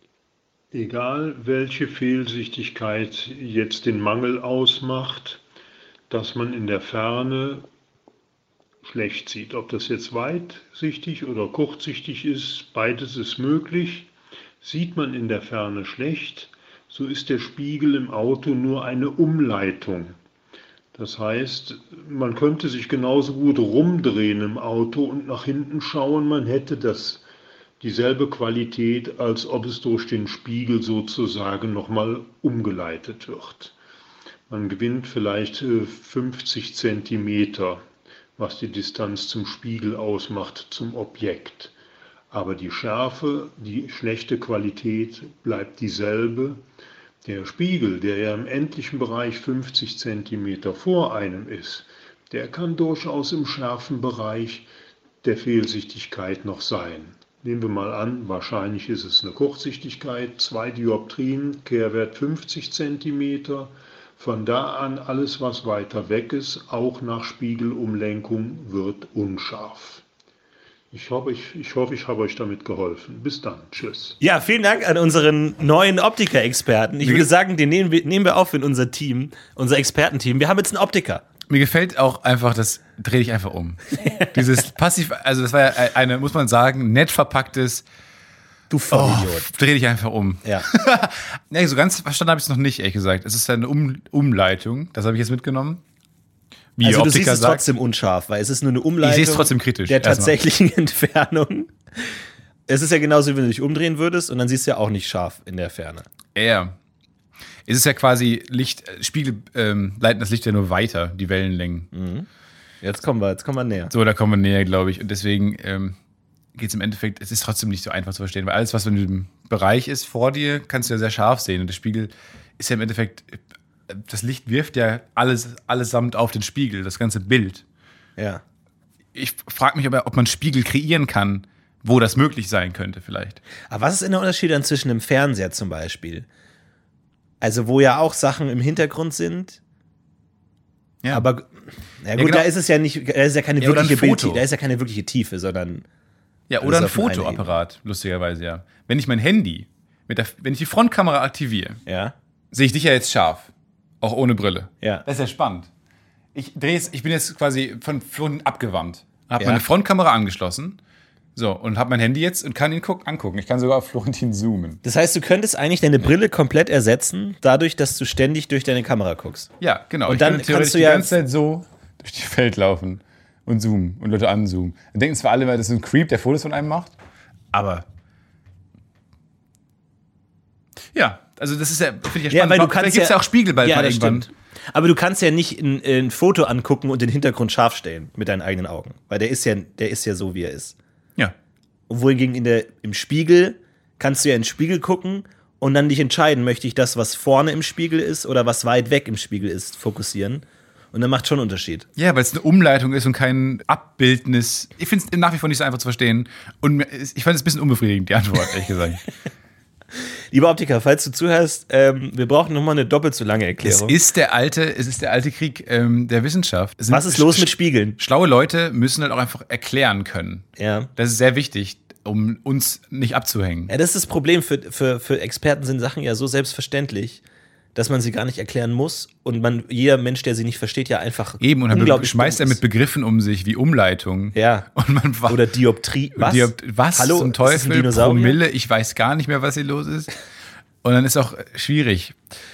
Egal welche Fehlsichtigkeit jetzt den Mangel ausmacht, dass man in der Ferne schlecht sieht. Ob das jetzt weitsichtig oder kurzsichtig ist, beides ist möglich. Sieht man in der Ferne schlecht, so ist der Spiegel im Auto nur eine Umleitung. Das heißt, man könnte sich genauso gut rumdrehen im Auto und nach hinten schauen, man hätte das dieselbe Qualität, als ob es durch den Spiegel sozusagen nochmal umgeleitet wird. Man gewinnt vielleicht fünfzig Zentimeter, was die Distanz zum Spiegel ausmacht, zum Objekt. Aber die Schärfe, die schlechte Qualität bleibt dieselbe. Der Spiegel, der ja im endlichen Bereich fünfzig Zentimeter vor einem ist, der kann durchaus im schärfen Bereich der Fehlsichtigkeit noch sein. Nehmen wir mal an, wahrscheinlich ist es eine Kurzsichtigkeit, zwei Dioptrien, Kehrwert fünfzig Zentimeter. Von da an alles, was weiter weg ist, auch nach Spiegelumlenkung, wird unscharf. Ich hoffe, ich, ich, hoffe, ich habe euch damit geholfen. Bis dann. Tschüss. Ja, vielen Dank an unseren neuen Optiker-Experten. Ich würde sagen, den nehmen wir, nehmen wir auf in unser Team, unser Expertenteam. Wir haben jetzt einen Optiker. Mir gefällt auch einfach, das dreh dich einfach um. Dieses passiv, also das war ja eine, muss man sagen, nett verpacktes Du Vollidiot. Oh, dreh dich einfach um. Ja. Nee, so ganz verstanden habe ich es noch nicht, ehrlich gesagt. Es ist ja eine um Umleitung, das habe ich jetzt mitgenommen. Wie Also Optiker du siehst es sagt. trotzdem unscharf, weil es ist nur eine Umleitung. Ich sehe es trotzdem kritisch. Der erstmal. tatsächlichen Entfernung. Es ist ja genauso, wie wenn du dich umdrehen würdest und dann siehst du ja auch nicht scharf in der Ferne. Ja. Es ist ja quasi Licht, Spiegel ähm, leiten das Licht ja nur weiter, die Wellenlängen. Mhm. Jetzt kommen wir, jetzt kommen wir näher. So, da kommen wir näher, glaube ich. Und deswegen ähm, geht es im Endeffekt, es ist trotzdem nicht so einfach zu verstehen, weil alles, was in dem Bereich ist vor dir, kannst du ja sehr scharf sehen. Und der Spiegel ist ja im Endeffekt, das Licht wirft ja alles allesamt auf den Spiegel, das ganze Bild. Ja. Ich frage mich aber, ob man Spiegel kreieren kann, wo das möglich sein könnte vielleicht. Aber was ist denn der Unterschied dann zwischen einem Fernseher zum Beispiel? Also wo ja auch Sachen im Hintergrund sind. Ja. Aber na gut, genau. da ist es ja nicht, da ist ja keine Ja, oder ein wirkliche Foto. Bild, da ist ja keine wirkliche Tiefe, sondern Ja, Das oder ist ein auf einer Fotoapparat, lustigerweise, ja. Wenn ich mein Handy, mit der, wenn ich die Frontkamera aktiviere, ja, sehe ich dich ja jetzt scharf. Auch ohne Brille. ja. Das ist ja spannend. Ich drehe es, ich bin jetzt quasi von Florentin abgewandt. Habe Ja. meine Frontkamera angeschlossen. So, und habe mein Handy jetzt und kann ihn guck, angucken. Ich kann sogar auf Florentin zoomen. Das heißt, du könntest eigentlich deine Brille komplett ersetzen, dadurch, dass du ständig durch deine Kamera guckst. Ja, genau. Und Ich dann könnte theoretisch kannst du die ja- ganze Zeit so durch die Welt laufen und zoomen und Leute anzoomen. Dann denken zwar alle, das ist ein Creep, der Fotos von einem macht, aber ja, also das ist ja, finde ich ja spannend. Ja, weil du Vielleicht kannst gibt's ja, ja auch Spiegel bald ja, mal das irgendwann. stimmt. Aber du kannst ja nicht ein, ein Foto angucken und den Hintergrund scharf stellen mit deinen eigenen Augen, weil der ist ja, der ist ja so, wie er ist. Ja. Wohingegen in der, im Spiegel kannst du ja in den Spiegel gucken und dann dich entscheiden, möchte ich das, was vorne im Spiegel ist oder was weit weg im Spiegel ist, fokussieren. Und dann macht schon einen Unterschied. Ja, weil es eine Umleitung ist und kein Abbildnis. Ich finde es nach wie vor nicht so einfach zu verstehen. Und mir- ich fand es ein bisschen unbefriedigend, die Antwort, ehrlich gesagt. Lieber Optiker, falls du zuhörst, ähm, wir brauchen nochmal eine doppelt so lange Es Erklärung. ist der alte, es ist der alte Krieg ähm, der Wissenschaft. Es sind Was ist los sch- mit Spiegeln? Schlaue Leute müssen halt auch einfach erklären können. Ja. Das ist sehr wichtig, um uns nicht abzuhängen. Ja, das ist das Problem. Für, für, für Experten sind Sachen ja so selbstverständlich, dass man sie gar nicht erklären muss. Und man, jeder Mensch, der sie nicht versteht, ja einfach Eben, und dann unglaublich schmeißt er dumm mit ist. Begriffen um sich wie Umleitung. Ja. Und man wa- Oder Dioptrie. Was? Diopt- was Hallo, zum ist das ein Teufel? Dinosaurier? Promille, ich weiß gar nicht mehr, was hier los ist. Und dann ist auch schwierig.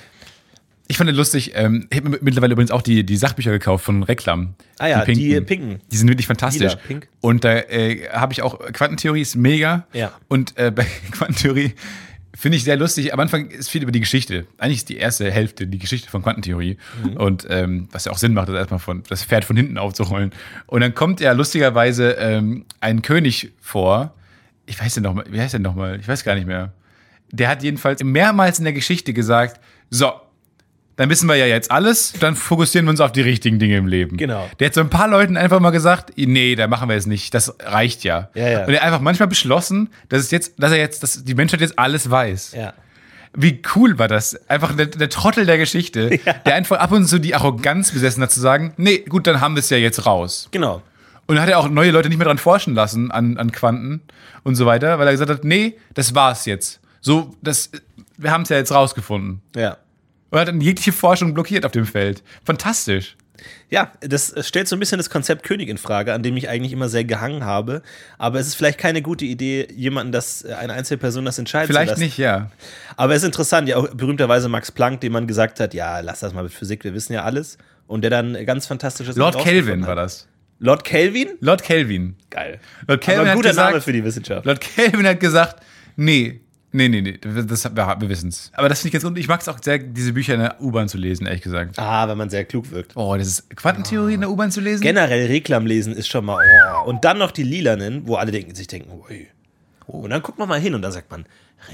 Ich fand es lustig, ähm, ich habe mir mittlerweile übrigens auch die, die Sachbücher gekauft von Reklam. Ah ja, die pinken. Die sind wirklich fantastisch. Lila, pink. Und da äh, habe ich auch, Quantentheorie ist mega. Ja. Und äh, bei Quantentheorie finde ich sehr lustig. Am Anfang ist viel über die Geschichte. Eigentlich ist die erste Hälfte die Geschichte von Quantentheorie. Mhm. Und ähm, was ja auch Sinn macht, das erstmal von das Pferd von hinten aufzurollen. Und dann kommt ja lustigerweise ähm, ein König vor. Ich weiß den noch mal, wie heißt der nochmal? Ich weiß gar nicht mehr. Der hat jedenfalls mehrmals in der Geschichte gesagt, so, dann wissen wir ja jetzt alles, dann fokussieren wir uns auf die richtigen Dinge im Leben. Genau. Der hat so ein paar Leuten einfach mal gesagt, nee, da machen wir es nicht, das reicht ja. Ja, ja. Und er hat einfach manchmal beschlossen, dass es jetzt, dass er jetzt, dass die Menschheit jetzt alles weiß. Ja. Wie cool war das? Einfach der, der Trottel der Geschichte, Ja. der einfach ab und zu die Arroganz besessen hat zu sagen, nee, gut, dann haben wir es ja jetzt raus. Genau. Und dann hat er auch neue Leute nicht mehr dran forschen lassen, an, an Quanten und so weiter, weil er gesagt hat, nee, das war's jetzt. So, das, wir haben es ja jetzt rausgefunden. Ja. Und hat dann jegliche Forschung blockiert auf dem Feld. Fantastisch. Ja, das stellt so ein bisschen das Konzept König in Frage, an dem ich eigentlich immer sehr gehangen habe. Aber es ist vielleicht keine gute Idee, jemanden das, eine Einzelperson das entscheiden zu Vielleicht lassen. nicht, ja. Aber es ist interessant, ja auch berühmterweise Max Planck, dem man gesagt hat, ja, lass das mal mit Physik, wir wissen ja alles. Und der dann ganz fantastisches Lord rausgefunden Kelvin hat. war das. Lord Kelvin? Lord Kelvin. Geil. Lord Kelvin Aber ein hat guter gesagt, Name für die Wissenschaft. Lord Kelvin hat gesagt, nee, nee, nee, nee, das, wir, wir wissen es. Aber das finde ich ganz gut. Ich mag es auch sehr, diese Bücher in der U-Bahn zu lesen, ehrlich gesagt. Ah, wenn man sehr klug wirkt. Oh, das ist Quantentheorie in der U-Bahn zu lesen? Generell Reklam lesen ist schon mal, oh. Und dann noch die Lilanen, wo alle denken, sich denken, ui. Und dann guckt man mal hin und dann sagt man,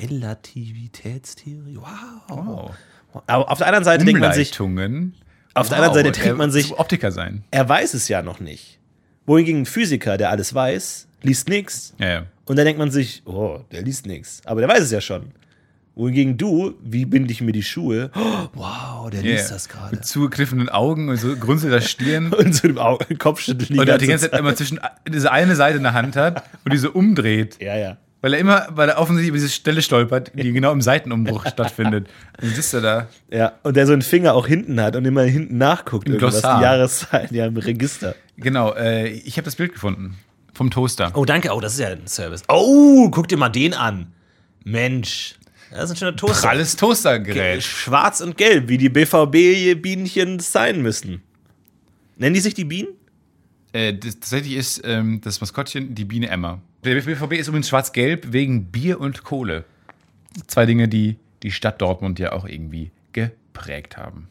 Relativitätstheorie, wow. Wow. Aber auf der anderen Seite denkt man sich, Umleitungen. auf der anderen Seite denkt man er sich, muss Optiker sein. er weiß es ja noch nicht. Wohingegen ein Physiker, der alles weiß, liest nichts. Ja, ja. Und dann denkt man sich, oh, der liest nichts. Aber der weiß es ja schon. Wohingegen du, wie binde ich mir die Schuhe? Oh, wow, der Yeah. liest das gerade. Mit zugegriffenen Augen und so grunzelter Stirn. Und so im Au- Kopfschütteln Und er die ganze Zeit immer zwischen diese eine Seite in der Hand hat und diese umdreht. Ja, ja. Weil er immer, weil er offensichtlich über diese Stelle stolpert, die genau im Seitenumbruch stattfindet. Und dann sitzt er da. Ja, und der so einen Finger auch hinten hat und immer hinten nachguckt. Im irgendwas, Glossar. die Jahreszeiten, ja, im Register. Genau, äh, ich habe das Bild gefunden. Vom Toaster. Oh, danke. Oh, das ist ja ein Service. Oh, guck dir mal den an. Mensch. Das ist ein schöner Toaster. Pralles Toastergerät. Schwarz und gelb, wie die B V B-Bienchen sein müssen. Nennen die sich die Bienen? Äh, das, tatsächlich ist ähm, das Maskottchen die Biene Emma. Der B V B ist übrigens schwarz-gelb wegen Bier und Kohle. Zwei Dinge, die die Stadt Dortmund ja auch irgendwie geprägt haben.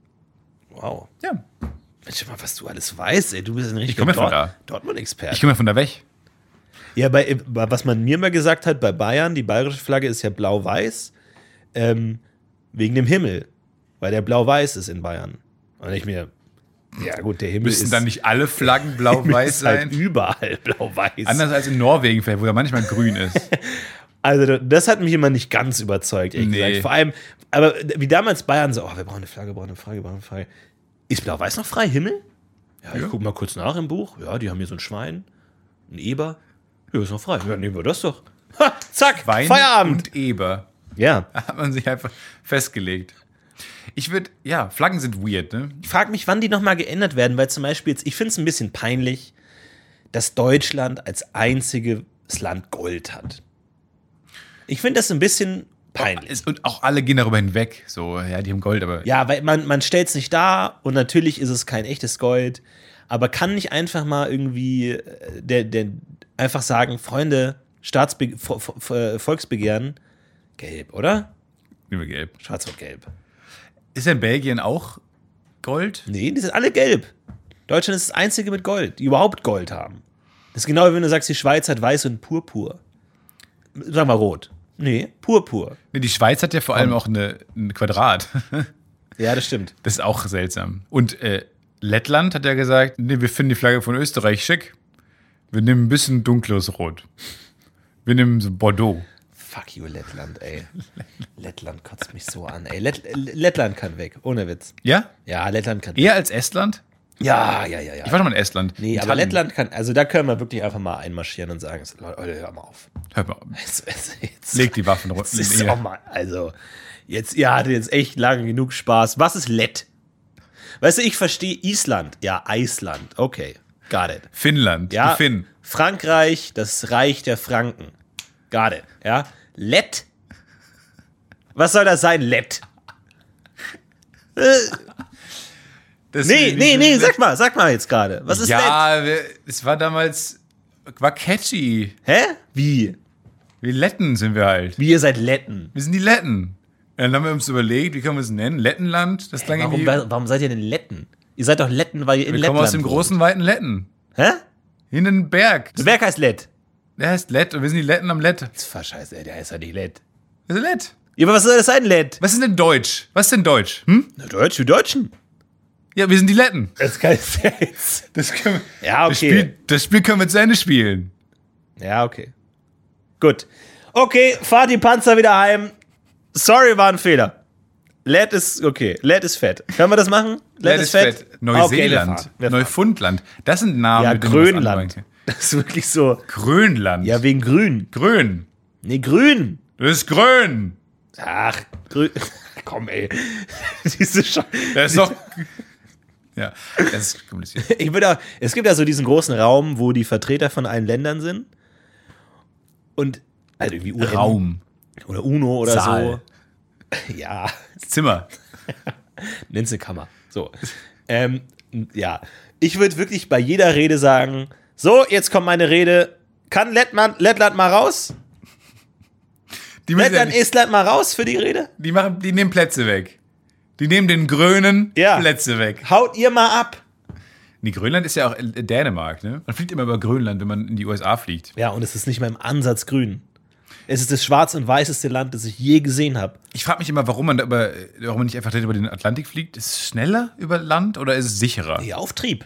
Wow. Ja. Mensch, mal, was du alles weißt, ey. Du bist ein richtiger komm ja von Dort da. Dortmund-Experte. Ich komme ja von da weg. Ja, bei, was man mir mal gesagt hat, bei Bayern, die bayerische Flagge ist ja blau-weiß, ähm, wegen dem Himmel. Weil der blau-weiß ist in Bayern. Und ich mir, ja gut, der Himmel Müssen ist, dann nicht alle Flaggen Himmel blau-weiß ist halt sein? überall blau-weiß. Anders als in Norwegen vielleicht, wo er manchmal grün ist. Also das hat mich immer nicht ganz überzeugt, ehrlich Nee. gesagt. Vor allem, aber wie damals Bayern so, oh, wir brauchen eine Flagge, wir brauchen eine Flagge, wir brauchen eine Flagge. Ist blau-weiß noch frei, Himmel? Ja, ich Ja. guck mal kurz nach im Buch. Ja, die haben hier so ein Schwein, ein Eber. Ja, ist noch frei. Ja, nehmen wir das doch. Ha, zack, Wein Feierabend. und Eber. Ja. Da hat man sich einfach festgelegt. Ich würde, ja, Flaggen sind weird, ne? Ich frage mich, wann die nochmal geändert werden, weil zum Beispiel jetzt, ich finde es ein bisschen peinlich, dass Deutschland als einziges Land Gold hat. Ich finde das ein bisschen peinlich. Ist- Und auch alle gehen darüber hinweg. So, ja, die haben Gold, aber. Ja, weil man, man stellt es nicht dar und natürlich ist es kein echtes Gold, aber kann nicht einfach mal irgendwie äh, der, der einfach sagen, Freunde, Staatsbe Vo Vo äh, Volksbegehren, gelb, oder? Nehmen wir gelb. Schwarz und gelb. Ist ja in Belgien auch Gold? Nee, die sind alle gelb. Deutschland ist das einzige mit Gold, die überhaupt Gold haben. Das ist genau wie wenn du sagst, die Schweiz hat weiß und purpur. Sagen wir rot. Nee, purpur. Nee, die Schweiz hat ja vor allem auch eine, ein Quadrat. Ja, das stimmt. Das ist auch seltsam. Und äh, Lettland hat ja gesagt, nee, wir finden die Flagge von Österreich schick. Wir nehmen ein bisschen dunkles Rot. Wir nehmen so Bordeaux. Fuck you, Lettland, ey. Lettland kotzt mich so an, ey. Lett Lettland kann weg, ohne Witz. Ja? Ja, Lettland kann weg. Eher als Estland? Ja, ja, ja, ja. Ich war schon mal in Estland. Nee, In aber Tallinn. Lettland kann, also da können wir wirklich einfach mal einmarschieren und sagen, Leute, hör mal auf. Hört mal, Jetzt, jetzt, jetzt, leg die Waffen runter. jetzt ist auch mal, also, jetzt, ihr hattet jetzt echt lange genug Spaß. Was ist Lett? Weißt du, ich verstehe Island. Ja, Island. Okay, got it. Finnland, Ja, die Finn. Frankreich, das Reich der Franken. Got it. Ja, Lett. Was soll das sein, Lett? Äh, Das nee, ist nee, nicht- nee, sag mal, sag mal jetzt gerade. Was ist Lett? Ja, wir- es war damals, war catchy. Hä? Wie? Wir Letten sind wir halt. Wie ihr seid Letten? Wir sind die Letten. Dann haben wir uns überlegt, wie können wir es nennen? Lettenland? Das klang Warum, irgendwie. warum seid ihr denn Letten? Ihr seid doch Letten, weil ihr in Wir Lettland kommen aus dem wohnt. großen, weiten Letten. Hä? In den Berg. Der Berg heißt Lett. Der heißt Lett und wir sind die Letten am Lett. Das war scheiße, ey, der heißt ja nicht Lett. Wir sind Lett. Ja, aber was soll das sein, Lett? Was ist denn Deutsch? Was ist denn Deutsch? Hm? Na, Deutsch, wir Deutschen. Ja, wir sind die Letten. Das kann ich jetzt. Das, können wir, Ja, das, okay. Spiel, das Spiel können wir zu Ende spielen. Ja, okay. Gut. Okay, fahrt die Panzer wieder heim. Sorry, war ein Fehler. Lett ist, okay, Lett ist fett. Können wir das machen? Lett ist fett. Okay, wir Neuseeland. fahren. Wir fahren. Neufundland. Das sind Namen, Ja, mit denen man was Grönland. anfangen kann. Das ist wirklich so. Grönland. Ja, wegen grün. Grün. Nee, grün. Das ist grün. Ach, grün. Komm, ey. Diese Sche Das ist doch. Ja, das ist kompliziert. Ich würde auch, es gibt ja so diesen großen Raum, wo die Vertreter von allen Ländern sind. Und, also irgendwie U N Raum. oder UNO oder Saal. so. Ja, Zimmer. nenn's eine Kammer. So. Ähm, ja. Ich würde wirklich bei jeder Rede sagen: So, jetzt kommt meine Rede. Kann Lettland, Lettland mal raus? Die, müssen ja Lettland, nicht, Estland mal raus für die Rede? die, machen, die nehmen Plätze weg. Die nehmen den Grünen Ja. Plätze weg. Haut ihr mal ab. Nee, Grönland ist ja auch äh, Dänemark, ne? Man fliegt immer über Grönland, wenn man in die U S A fliegt. Ja, und es ist nicht mal im Ansatz grün. Es ist das schwarz- und weißeste Land, das ich je gesehen habe. Ich frage mich immer, warum man da über, warum man nicht einfach direkt über den Atlantik fliegt. Ist es schneller über Land oder ist es sicherer? Nee, Auftrieb.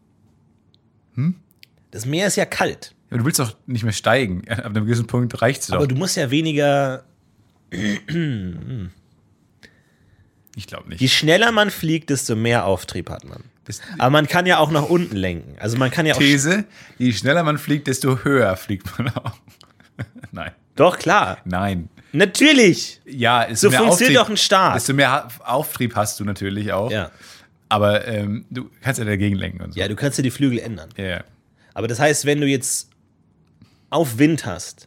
Hm? Das Meer ist ja kalt. Ja, du willst doch nicht mehr steigen. Ab einem gewissen Punkt reicht es doch. Aber du musst ja weniger Ich glaube nicht. Je schneller man fliegt, desto mehr Auftrieb hat man. Das, Aber man kann ja auch nach unten lenken. Also man kann ja auch. These, je schneller man fliegt, desto höher fliegt man auch. Nein. Doch, klar. Nein. Natürlich. Ja, ist So mehr funktioniert Auftrieb, doch ein Start. Desto mehr Ha- Auftrieb hast du natürlich auch. Ja. Aber ähm, du kannst ja dagegen lenken und so. Ja, du kannst ja die Flügel ändern. Ja, ja. Aber das heißt, wenn du jetzt auf Wind hast,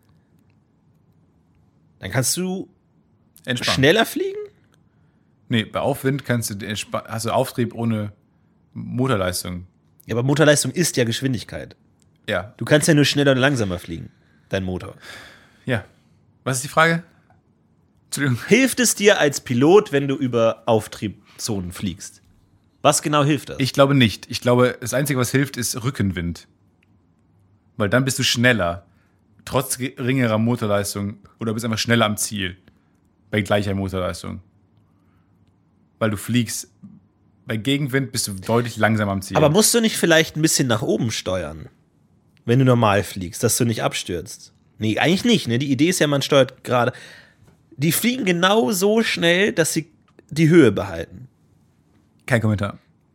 dann kannst du Entspannt. schneller fliegen? Nee, bei Aufwind kannst du, entspa- hast du Auftrieb ohne Motorleistung. Ja, aber Motorleistung ist ja Geschwindigkeit. Ja. Du kannst ja nur schneller oder langsamer fliegen, dein Motor. Ja. Was ist die Frage? Entschuldigung. Hilft es dir als Pilot, wenn du über Auftriebszonen fliegst? Was genau hilft das? Ich glaube nicht. Ich glaube, das Einzige, was hilft, ist Rückenwind. Weil dann bist du schneller. Trotz geringerer Motorleistung. Oder bist einfach schneller am Ziel. Bei gleicher Motorleistung. Weil du fliegst. Bei Gegenwind bist du deutlich langsamer am Ziel. Aber musst du nicht vielleicht ein bisschen nach oben steuern, wenn du normal fliegst, dass du nicht abstürzt? Nee, eigentlich nicht. Ne? Die Idee ist ja, man steuert gerade. Die fliegen genau so schnell, dass sie die Höhe behalten. Kein Kommentar.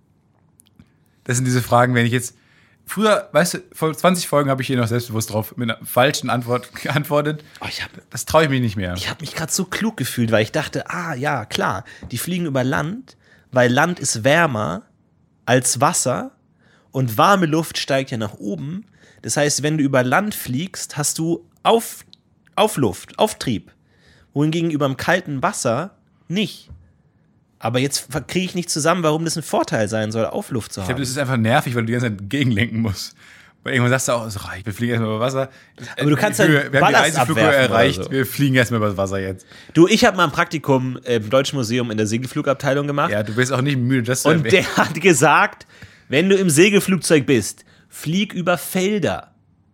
Das sind diese Fragen, wenn ich jetzt. Früher, weißt du, vor zwanzig Folgen habe ich hier noch selbstbewusst drauf mit einer falschen Antwort geantwortet. Oh, ich habe Das traue ich mich nicht mehr. ich hab mich gerade so klug gefühlt, weil ich dachte, ah ja, klar, die fliegen über Land, weil Land ist wärmer als Wasser und warme Luft steigt ja nach oben. Das heißt, wenn du über Land fliegst, hast du auf, Aufluft, Auftrieb. Wohingegen über dem kalten Wasser nicht. Aber jetzt kriege ich nicht zusammen, warum das ein Vorteil sein soll, Aufluft zu Ich haben. glaube, das ist einfach nervig, weil du die ganze Zeit gegenlenken musst. Weil irgendwann sagst du auch, so, wir fliegen erstmal über Wasser. Aber du kannst wir, dann wir haben die Ballast Reiseflughöhe abwerfen oder erreicht, so. wir fliegen erstmal über das Wasser jetzt. Du, ich habe mal ein Praktikum im Deutschen Museum in der Segelflugabteilung gemacht. Ja, du bist auch nicht müde, das zu Und erwähnen. der hat gesagt, wenn du im Segelflugzeug bist, flieg über Felder.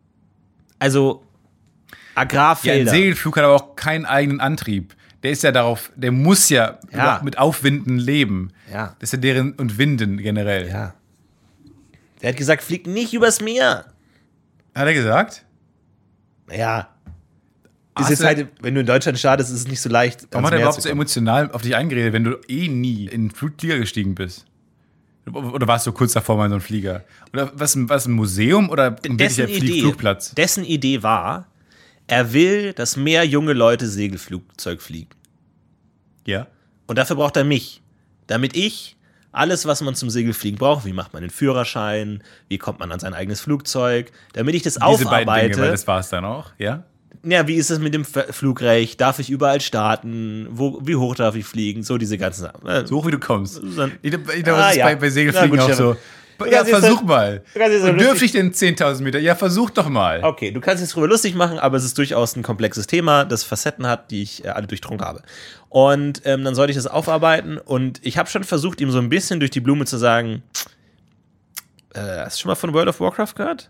Also Ja, ein Agrarfelder. Segelflug hat aber auch keinen eigenen Antrieb. Der ist ja darauf, der muss ja, Ja. über- mit Aufwinden leben. Ja. Das ist ja deren, und Winden generell. Ja. Der hat gesagt, flieg nicht übers Meer. Hat er gesagt? Ja. Hast Ist jetzt du- halt, wenn du in Deutschland startest, ist es nicht so leicht. Warum ans hat er Meer überhaupt zu so kommen. emotional auf dich eingeredet, wenn du eh nie in den Flugtiger gestiegen bist? Oder warst du kurz davor mal in so ein Flieger? Oder was, was ein Museum oder ein wirklicher Dessen Flieg- Idee, Flugplatz? dessen Idee war, er will, dass mehr junge Leute Segelflugzeug fliegen. Ja. Und dafür braucht er mich. Damit ich alles, was man zum Segelfliegen braucht, wie macht man den Führerschein, wie kommt man an sein eigenes Flugzeug, damit ich das Diese beiden aufarbeite. Dinge, weil das war es dann auch, ja? Ja, wie ist es mit dem F- Flugrecht? Darf ich überall starten? Wo, wie hoch darf ich fliegen? So diese ganzen Sachen. Äh, So hoch wie du kommst. Dann- Ich, ich glaube, Ah, das ist ja. bei, bei Segelfliegen Na gut, auch so. Du Ja, kannst jetzt versuch so- mal. du kannst jetzt so Und dürfte lustig- ich denn zehntausend Meter? Ja, versuch doch mal. Okay, du kannst jetzt drüber lustig machen, aber es ist durchaus ein komplexes Thema, das Facetten hat, die ich äh, alle durchdrungen habe. Und ähm, dann sollte ich das aufarbeiten und ich habe schon versucht, ihm so ein bisschen durch die Blume zu sagen, äh, hast du schon mal von World of Warcraft gehört?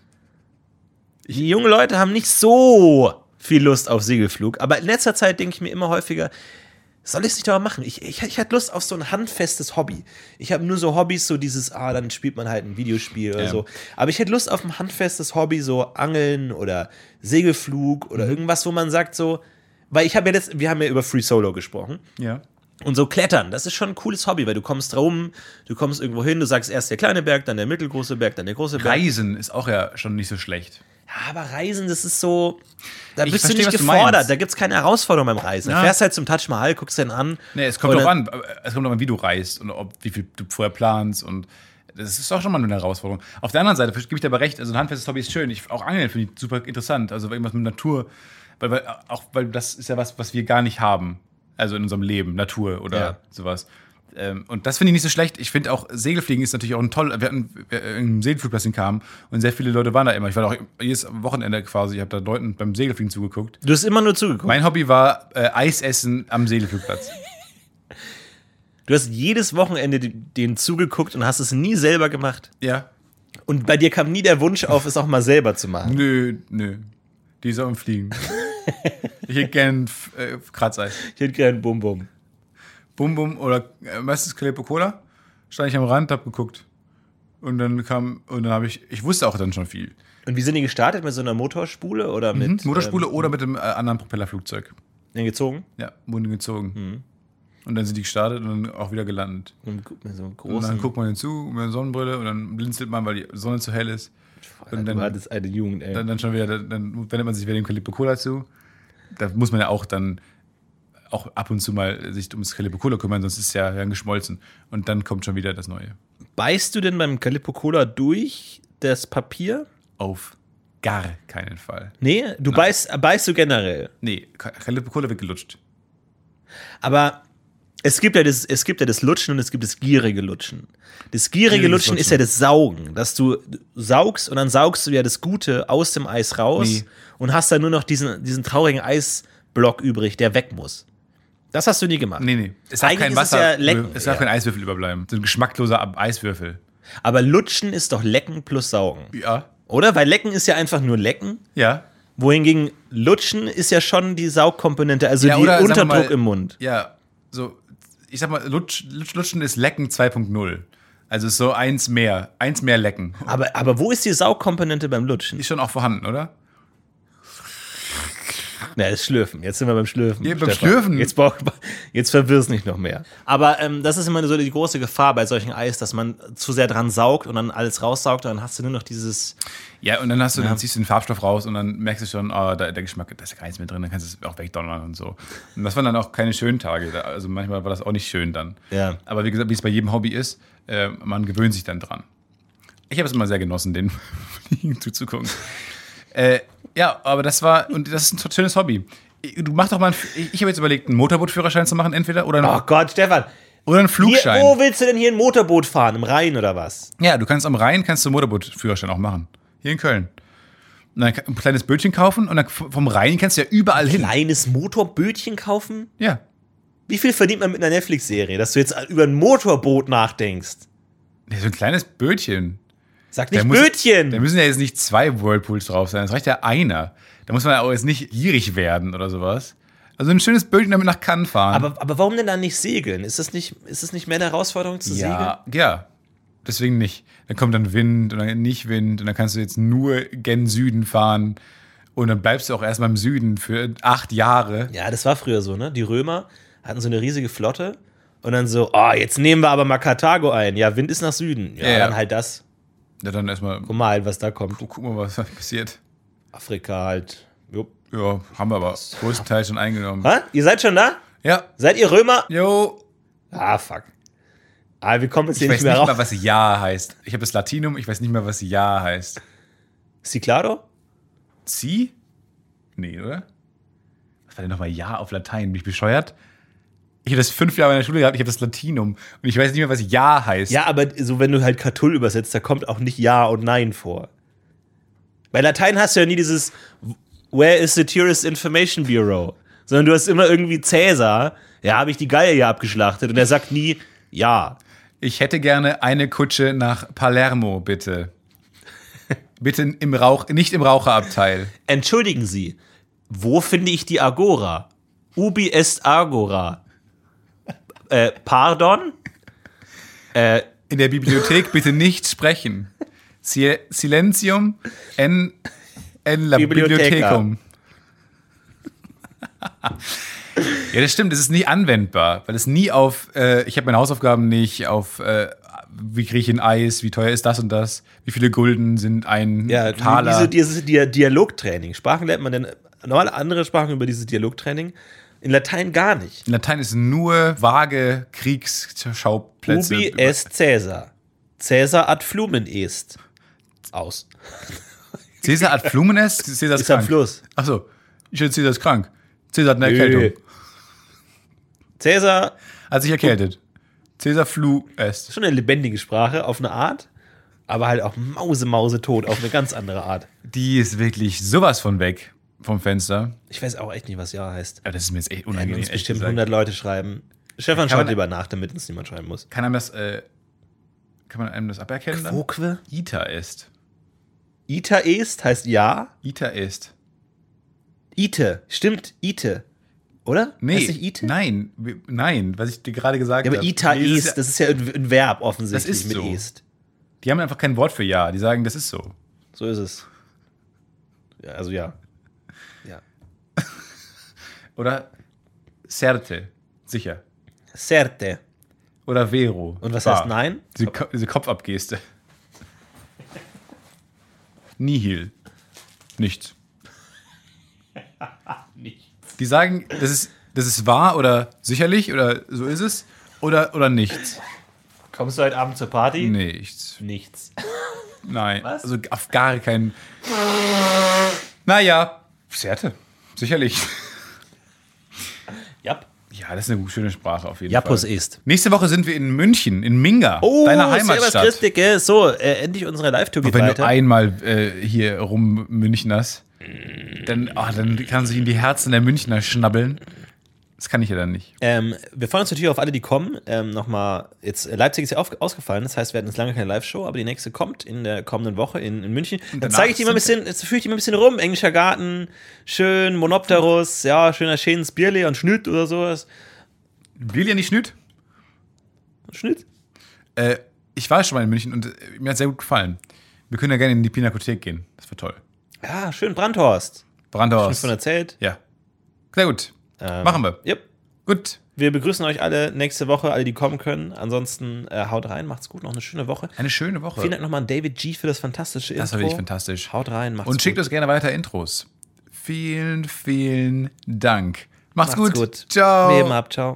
Die jungen Leute haben nicht so viel Lust auf Segelflug, aber in letzter Zeit denke ich mir immer häufiger, soll ich es nicht doch mal machen? Ich, ich, ich hatte Lust auf so ein handfestes Hobby. Ich habe nur so Hobbys, so dieses, ah, dann spielt man halt ein Videospiel oder Ja. so. Aber ich hätte Lust auf ein handfestes Hobby, so Angeln oder Segelflug oder irgendwas, wo man sagt so, weil ich habe ja letzt, wir haben ja über Free Solo gesprochen. Ja. Und so Klettern, das ist schon ein cooles Hobby, weil du kommst rum, du kommst irgendwo hin, du sagst erst der kleine Berg, dann der mittelgroße Berg, dann der große Berg. Reisen ist auch ja schon nicht so schlecht. Ja, aber Reisen, das ist so, da Ich bist du verstehe, nicht was du gefordert, meinst. da gibt es keine Herausforderung beim Reisen. Da Ja. fährst halt zum Taj Mahal, guckst den an. Nee, es kommt Und drauf dann- an. Es kommt drauf an, wie du reist und ob, wie viel du vorher planst. Und das ist auch schon mal eine Herausforderung. Auf der anderen Seite gebe ich dir aber recht, also ein handfestes Hobby ist schön. Ich, auch Angeln finde ich super interessant. Also irgendwas mit Natur. Weil, weil, auch weil das ist ja was, was wir gar nicht haben. Also in unserem Leben, Natur oder Ja. sowas. Ähm, und das finde ich nicht so schlecht. Ich finde auch, Segelfliegen ist natürlich auch ein toll. Wir hatten wir, einen Segelflugplatz, den kamen und sehr viele Leute waren da immer. Ich war da auch jedes Wochenende quasi, ich habe da Leuten beim Segelfliegen zugeguckt. Du hast immer nur zugeguckt. Mein Hobby war äh, Eis essen am Segelflugplatz. Du hast jedes Wochenende denen zugeguckt und hast es nie selber gemacht. Ja. Und bei dir kam nie der Wunsch auf, es auch mal selber zu machen. Nö, nö. Die sollen fliegen. Ich hätte gern äh, Kratzeis. Ich hätte gerne Bum Bum. Bum Bum oder äh, meistens Calepo Cola. Stand ich am Rand, hab geguckt. Und dann kam, und dann habe ich, ich wusste auch dann schon viel. Und wie sind die gestartet? Mit so einer Motorspule oder mit Motorspule ähm, oder mit dem äh, anderen Propellerflugzeug. Den gezogen? Ja, wurden gezogen. Mhm. Und dann sind die gestartet und dann auch wieder gelandet. Mit so einem Und großen. dann guckt man hinzu mit einer Sonnenbrille und dann blinzelt man, weil die Sonne zu hell ist. Und du dann, hattest eine Jugend, ey. dann, dann schon wieder, dann, dann wendet man sich wieder dem Calippo Cola zu. Da muss man ja auch dann auch ab und zu mal sich ums Calippo Cola kümmern, sonst ist es ja dann geschmolzen. Und dann kommt schon wieder das Neue. Beißt du denn beim Calippo Cola durch das Papier? Auf gar keinen Fall. Nee, du beißt, beißt du generell. Nee, Calippo Cola wird gelutscht. Aber es gibt ja das, es gibt ja das Lutschen und es gibt das gierige Lutschen. Das gierige Gieriges Lutschen Lutschen. ist ja das Saugen, dass du saugst und dann saugst du ja das Gute aus dem Eis raus Nee. und hast dann nur noch diesen, diesen traurigen Eisblock übrig, der weg muss. Das hast du nie gemacht. Nee, nee. Es darf Eigentlich kein ist es Wasser, ja lecken. es darf Ja. kein Eiswürfel überbleiben. So ein geschmackloser Ab- Eiswürfel. Aber Lutschen ist doch Lecken plus Saugen. Ja. Oder? Weil Lecken ist ja einfach nur Lecken. Ja. Wohingegen Lutschen ist ja schon die Saugkomponente, also Ja, die oder, sagen wir Unterdruck mal, im Mund. Ja, so, ich sag mal, Lutsch, Lutsch, Lutschen ist Lecken zwei Punkt null. Also ist so eins mehr, eins mehr Lecken. Aber, aber wo ist die Saugkomponente beim Lutschen? Ist schon auch vorhanden, oder? Na, das Schlürfen. Jetzt sind wir beim Schlürfen. Ja, beim Stefan. Schlürfen. Jetzt, brauch- jetzt verwirr's nicht noch mehr. Aber ähm, das ist immer so die große Gefahr bei solchen Eis, dass man zu sehr dran saugt und dann alles raussaugt und dann hast du nur noch dieses. Ja, und dann hast du, dann ziehst du den Farbstoff raus und dann merkst du schon, oh, da, der Geschmack, da ist ja gar nichts mehr drin, dann kannst du es auch wegdonnern und so. Und das waren dann auch keine schönen Tage. Da- Also manchmal war das auch nicht schön dann. Ja. Aber wie gesagt, wie es bei jedem Hobby ist, äh, man gewöhnt sich dann dran. Ich habe es immer sehr genossen, den Fliegen zuzugucken. Äh, ja, aber das war, und das ist ein schönes Hobby. Du mach doch mal, einen, ich habe jetzt überlegt, einen Motorbootführerschein zu machen, entweder oder, Oh einen, Gott, Stefan. oder einen Hier, Flugschein. wo willst du denn hier ein Motorboot fahren? Im Rhein oder was? Ja, du kannst am Rhein kannst du einen Motorbootführerschein auch machen. Hier in Köln. Und dann ein kleines Bötchen kaufen und dann vom Rhein kannst du ja überall hin. Kleines Motorbötchen kaufen? Ja. Wie viel verdient man mit einer Netflix-Serie, dass du jetzt über ein Motorboot nachdenkst? Ja, so ein kleines Bötchen. Sag Da nicht muss- Bötchen! Da müssen ja jetzt nicht zwei Whirlpools drauf sein, es reicht ja einer. Da muss man ja auch jetzt nicht gierig werden oder sowas. Also ein schönes Bötchen damit nach Cannes fahren. Aber, aber warum denn dann nicht segeln? Ist das nicht, ist das nicht mehr eine Herausforderung zu segeln? ja, ja, deswegen nicht. Dann kommt dann Wind und dann nicht Wind und dann kannst du jetzt nur gen Süden fahren und dann bleibst du auch erstmal im Süden für acht Jahre. Ja, das war früher so, ne? Die Römer hatten so eine riesige Flotte und dann so, oh, jetzt nehmen wir aber mal Karthago ein. Ja, Wind ist nach Süden. Ja, Ja, ja. dann halt das. Ja, dann erstmal Guck mal, was da kommt. gucken wir, was passiert. Afrika halt. Jupp. Ja, haben wir aber größtenteils schon eingenommen. Ha? Ihr seid schon da? Ja, Seid ihr Römer? jo. Ah, fuck. Ah, wir kommen jetzt Ich hier weiß nicht mehr nicht raus. mal, was Ja heißt. Ich habe das Latinum, ich weiß nicht mehr, was Ja heißt. Ciclado? Sie? Nee, oder? Was war denn nochmal Ja auf Latein? Bin ich bescheuert? Ich habe das fünf Jahre in der Schule gehabt, ich habe das Latinum. Und ich weiß nicht mehr, was Ja heißt. Ja, aber so, wenn du halt Catull übersetzt, da kommt auch nicht Ja und Nein vor. Bei Latein hast du ja nie dieses Where is the Tourist Information Bureau? Sondern du hast immer irgendwie Cäsar, ja, habe ich die Geier hier abgeschlachtet und er sagt nie Ja. Ich hätte gerne eine Kutsche nach Palermo, bitte. Bitte im Rauch, nicht im Raucherabteil. Entschuldigen Sie, wo finde ich die Agora? Ubi est Agora? Äh, pardon? Äh, In der Bibliothek bitte nicht sprechen. Si- Silentium en, en la Bibliotheca. bibliothecum. Ja, das stimmt, das ist nie anwendbar, weil es nie auf, äh, ich habe meine Hausaufgaben nicht, auf, äh, wie kriege ich ein Eis, wie teuer ist das und das, wie viele Gulden sind ein ja, Taler. diese, dieses Dia- Dialogtraining. Sprachen lernt man denn normale andere Sprachen über dieses Dialogtraining? In Latein gar nicht. In Latein ist nur vage Kriegsschauplätze. Ubi est Caesar. Caesar ad flumen est. Aus. Caesar ad flumen est? Caesar ist Ist am krank. Fluss. Achso, ich schätze, Caesar ist krank. Caesar hat eine Erkältung. Caesar, Hat sich erkältet. Caesar flu est. schon eine lebendige Sprache auf eine Art, aber halt auch Mause, Mause tot auf eine ganz andere Art. Die ist wirklich sowas von weg vom Fenster. Ich weiß auch echt nicht, was Ja heißt. Ja, das ist mir jetzt echt Wenn unangenehm. uns ehrlich bestimmt gesagt. hundert Leute schreiben. Stefan Kann schaut man- lieber nach, damit uns niemand schreiben muss. Kann einem das, äh, kann man einem das aberkennen dann? Quoque? Ita ist. Ita est heißt Ja. Ita ist. Ite. Stimmt, Ite. Oder? Nee, Heißt nicht Ite? nein, wir- nein, was ich dir gerade gesagt Ja, habe. aber Ita Nee, das est, ja- das ist ja ein ein Verb offensichtlich Das ist mit so. est. Die haben einfach kein Wort für Ja. Die sagen, das ist so. So ist es. Ja, also ja. Ja. Oder Certe. Sicher. Certe. Oder Vero. Und was Wahr. heißt nein? Diese, Ko- diese Kopfabgeste. Nihil. Nichts. Die sagen, das ist, das ist wahr oder sicherlich oder so ist es oder, oder nichts. Kommst du heute Abend zur Party? Nichts. Nichts. Nein. Was? Also auf gar keinen. Naja, Certe. Sicherlich. Jap. Ja, das ist eine schöne Sprache auf jeden Japus Fall. ist. Nächste Woche sind wir in München, in Minga, Oh, deiner Servus Heimatstadt. Christike. So, äh, endlich unsere Live-Tour geht Wenn weiter. du einmal äh, hier rum Münchners, dann, oh, dann kann sich in die Herzen der Münchner schnabbeln. Das kann ich ja dann nicht. Ähm, wir freuen uns natürlich auf alle, die kommen. Ähm, Nochmal, jetzt äh, Leipzig ist ja auf, ausgefallen, das heißt, wir hatten jetzt lange keine Live-Show, aber die nächste kommt in der kommenden Woche in, in München. Dann danach zeige ich dir mal ein sind bisschen, jetzt führe ich dir mal ein bisschen rum. Englischer Garten, schön, Monopterus, ja, schöner schönes Bierle und Schnütt oder sowas. Will ja nicht Schnüt? Schnütt? Äh, ich war schon mal in München und äh, mir hat sehr gut gefallen. Wir können ja gerne in die Pinakothek gehen. Das war toll. Ja, schön, Brandhorst. Brandhaus. Schon von erzählt. Ja. Sehr gut. Ähm, Machen wir. Yep. Gut. Wir begrüßen euch alle nächste Woche, alle, die kommen können. Ansonsten äh, haut rein, macht's gut, noch eine schöne Woche. Eine schöne Woche. Vielen Dank nochmal an David G. für das fantastische Das Intro. war wirklich fantastisch. Haut rein, macht's Und schickt gut. uns gerne weiter Intros. Vielen, vielen Dank. Macht's, Macht's gut. gut. Ciao. Leben ab, ciao.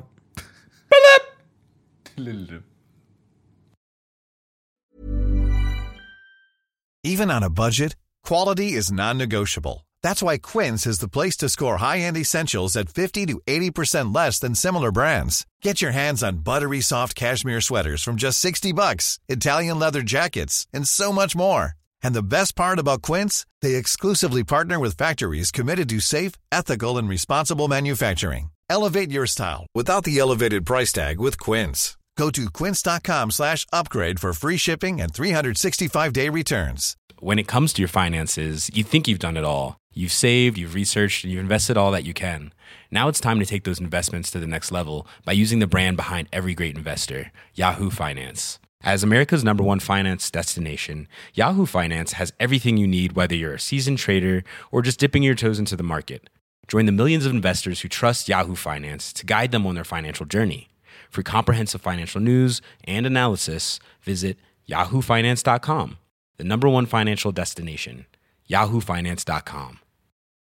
Even on a budget, quality is non-negotiable. That's why Quince is the place to score high-end essentials at fifty to eighty percent less than similar brands. Get your hands on buttery soft cashmere sweaters from just sixty bucks, Italian leather jackets, and so much more. And the best part about Quince, they exclusively partner with factories committed to safe, ethical, and responsible manufacturing. Elevate your style without the elevated price tag with Quince. Go to quince.com slash upgrade for free shipping and three sixty-five day returns. When it comes to your finances, you think you've done it all. You've saved, you've researched, and you've invested all that you can. Now it's time to take those investments to the next level by using the brand behind every great investor, Yahoo Finance. As America's number one finance destination, Yahoo Finance has everything you need, whether you're a seasoned trader or just dipping your toes into the market. Join the millions of investors who trust Yahoo Finance to guide them on their financial journey. For comprehensive financial news and analysis, visit yahoo finance dot com, the number one financial destination, yahoo finance dot com.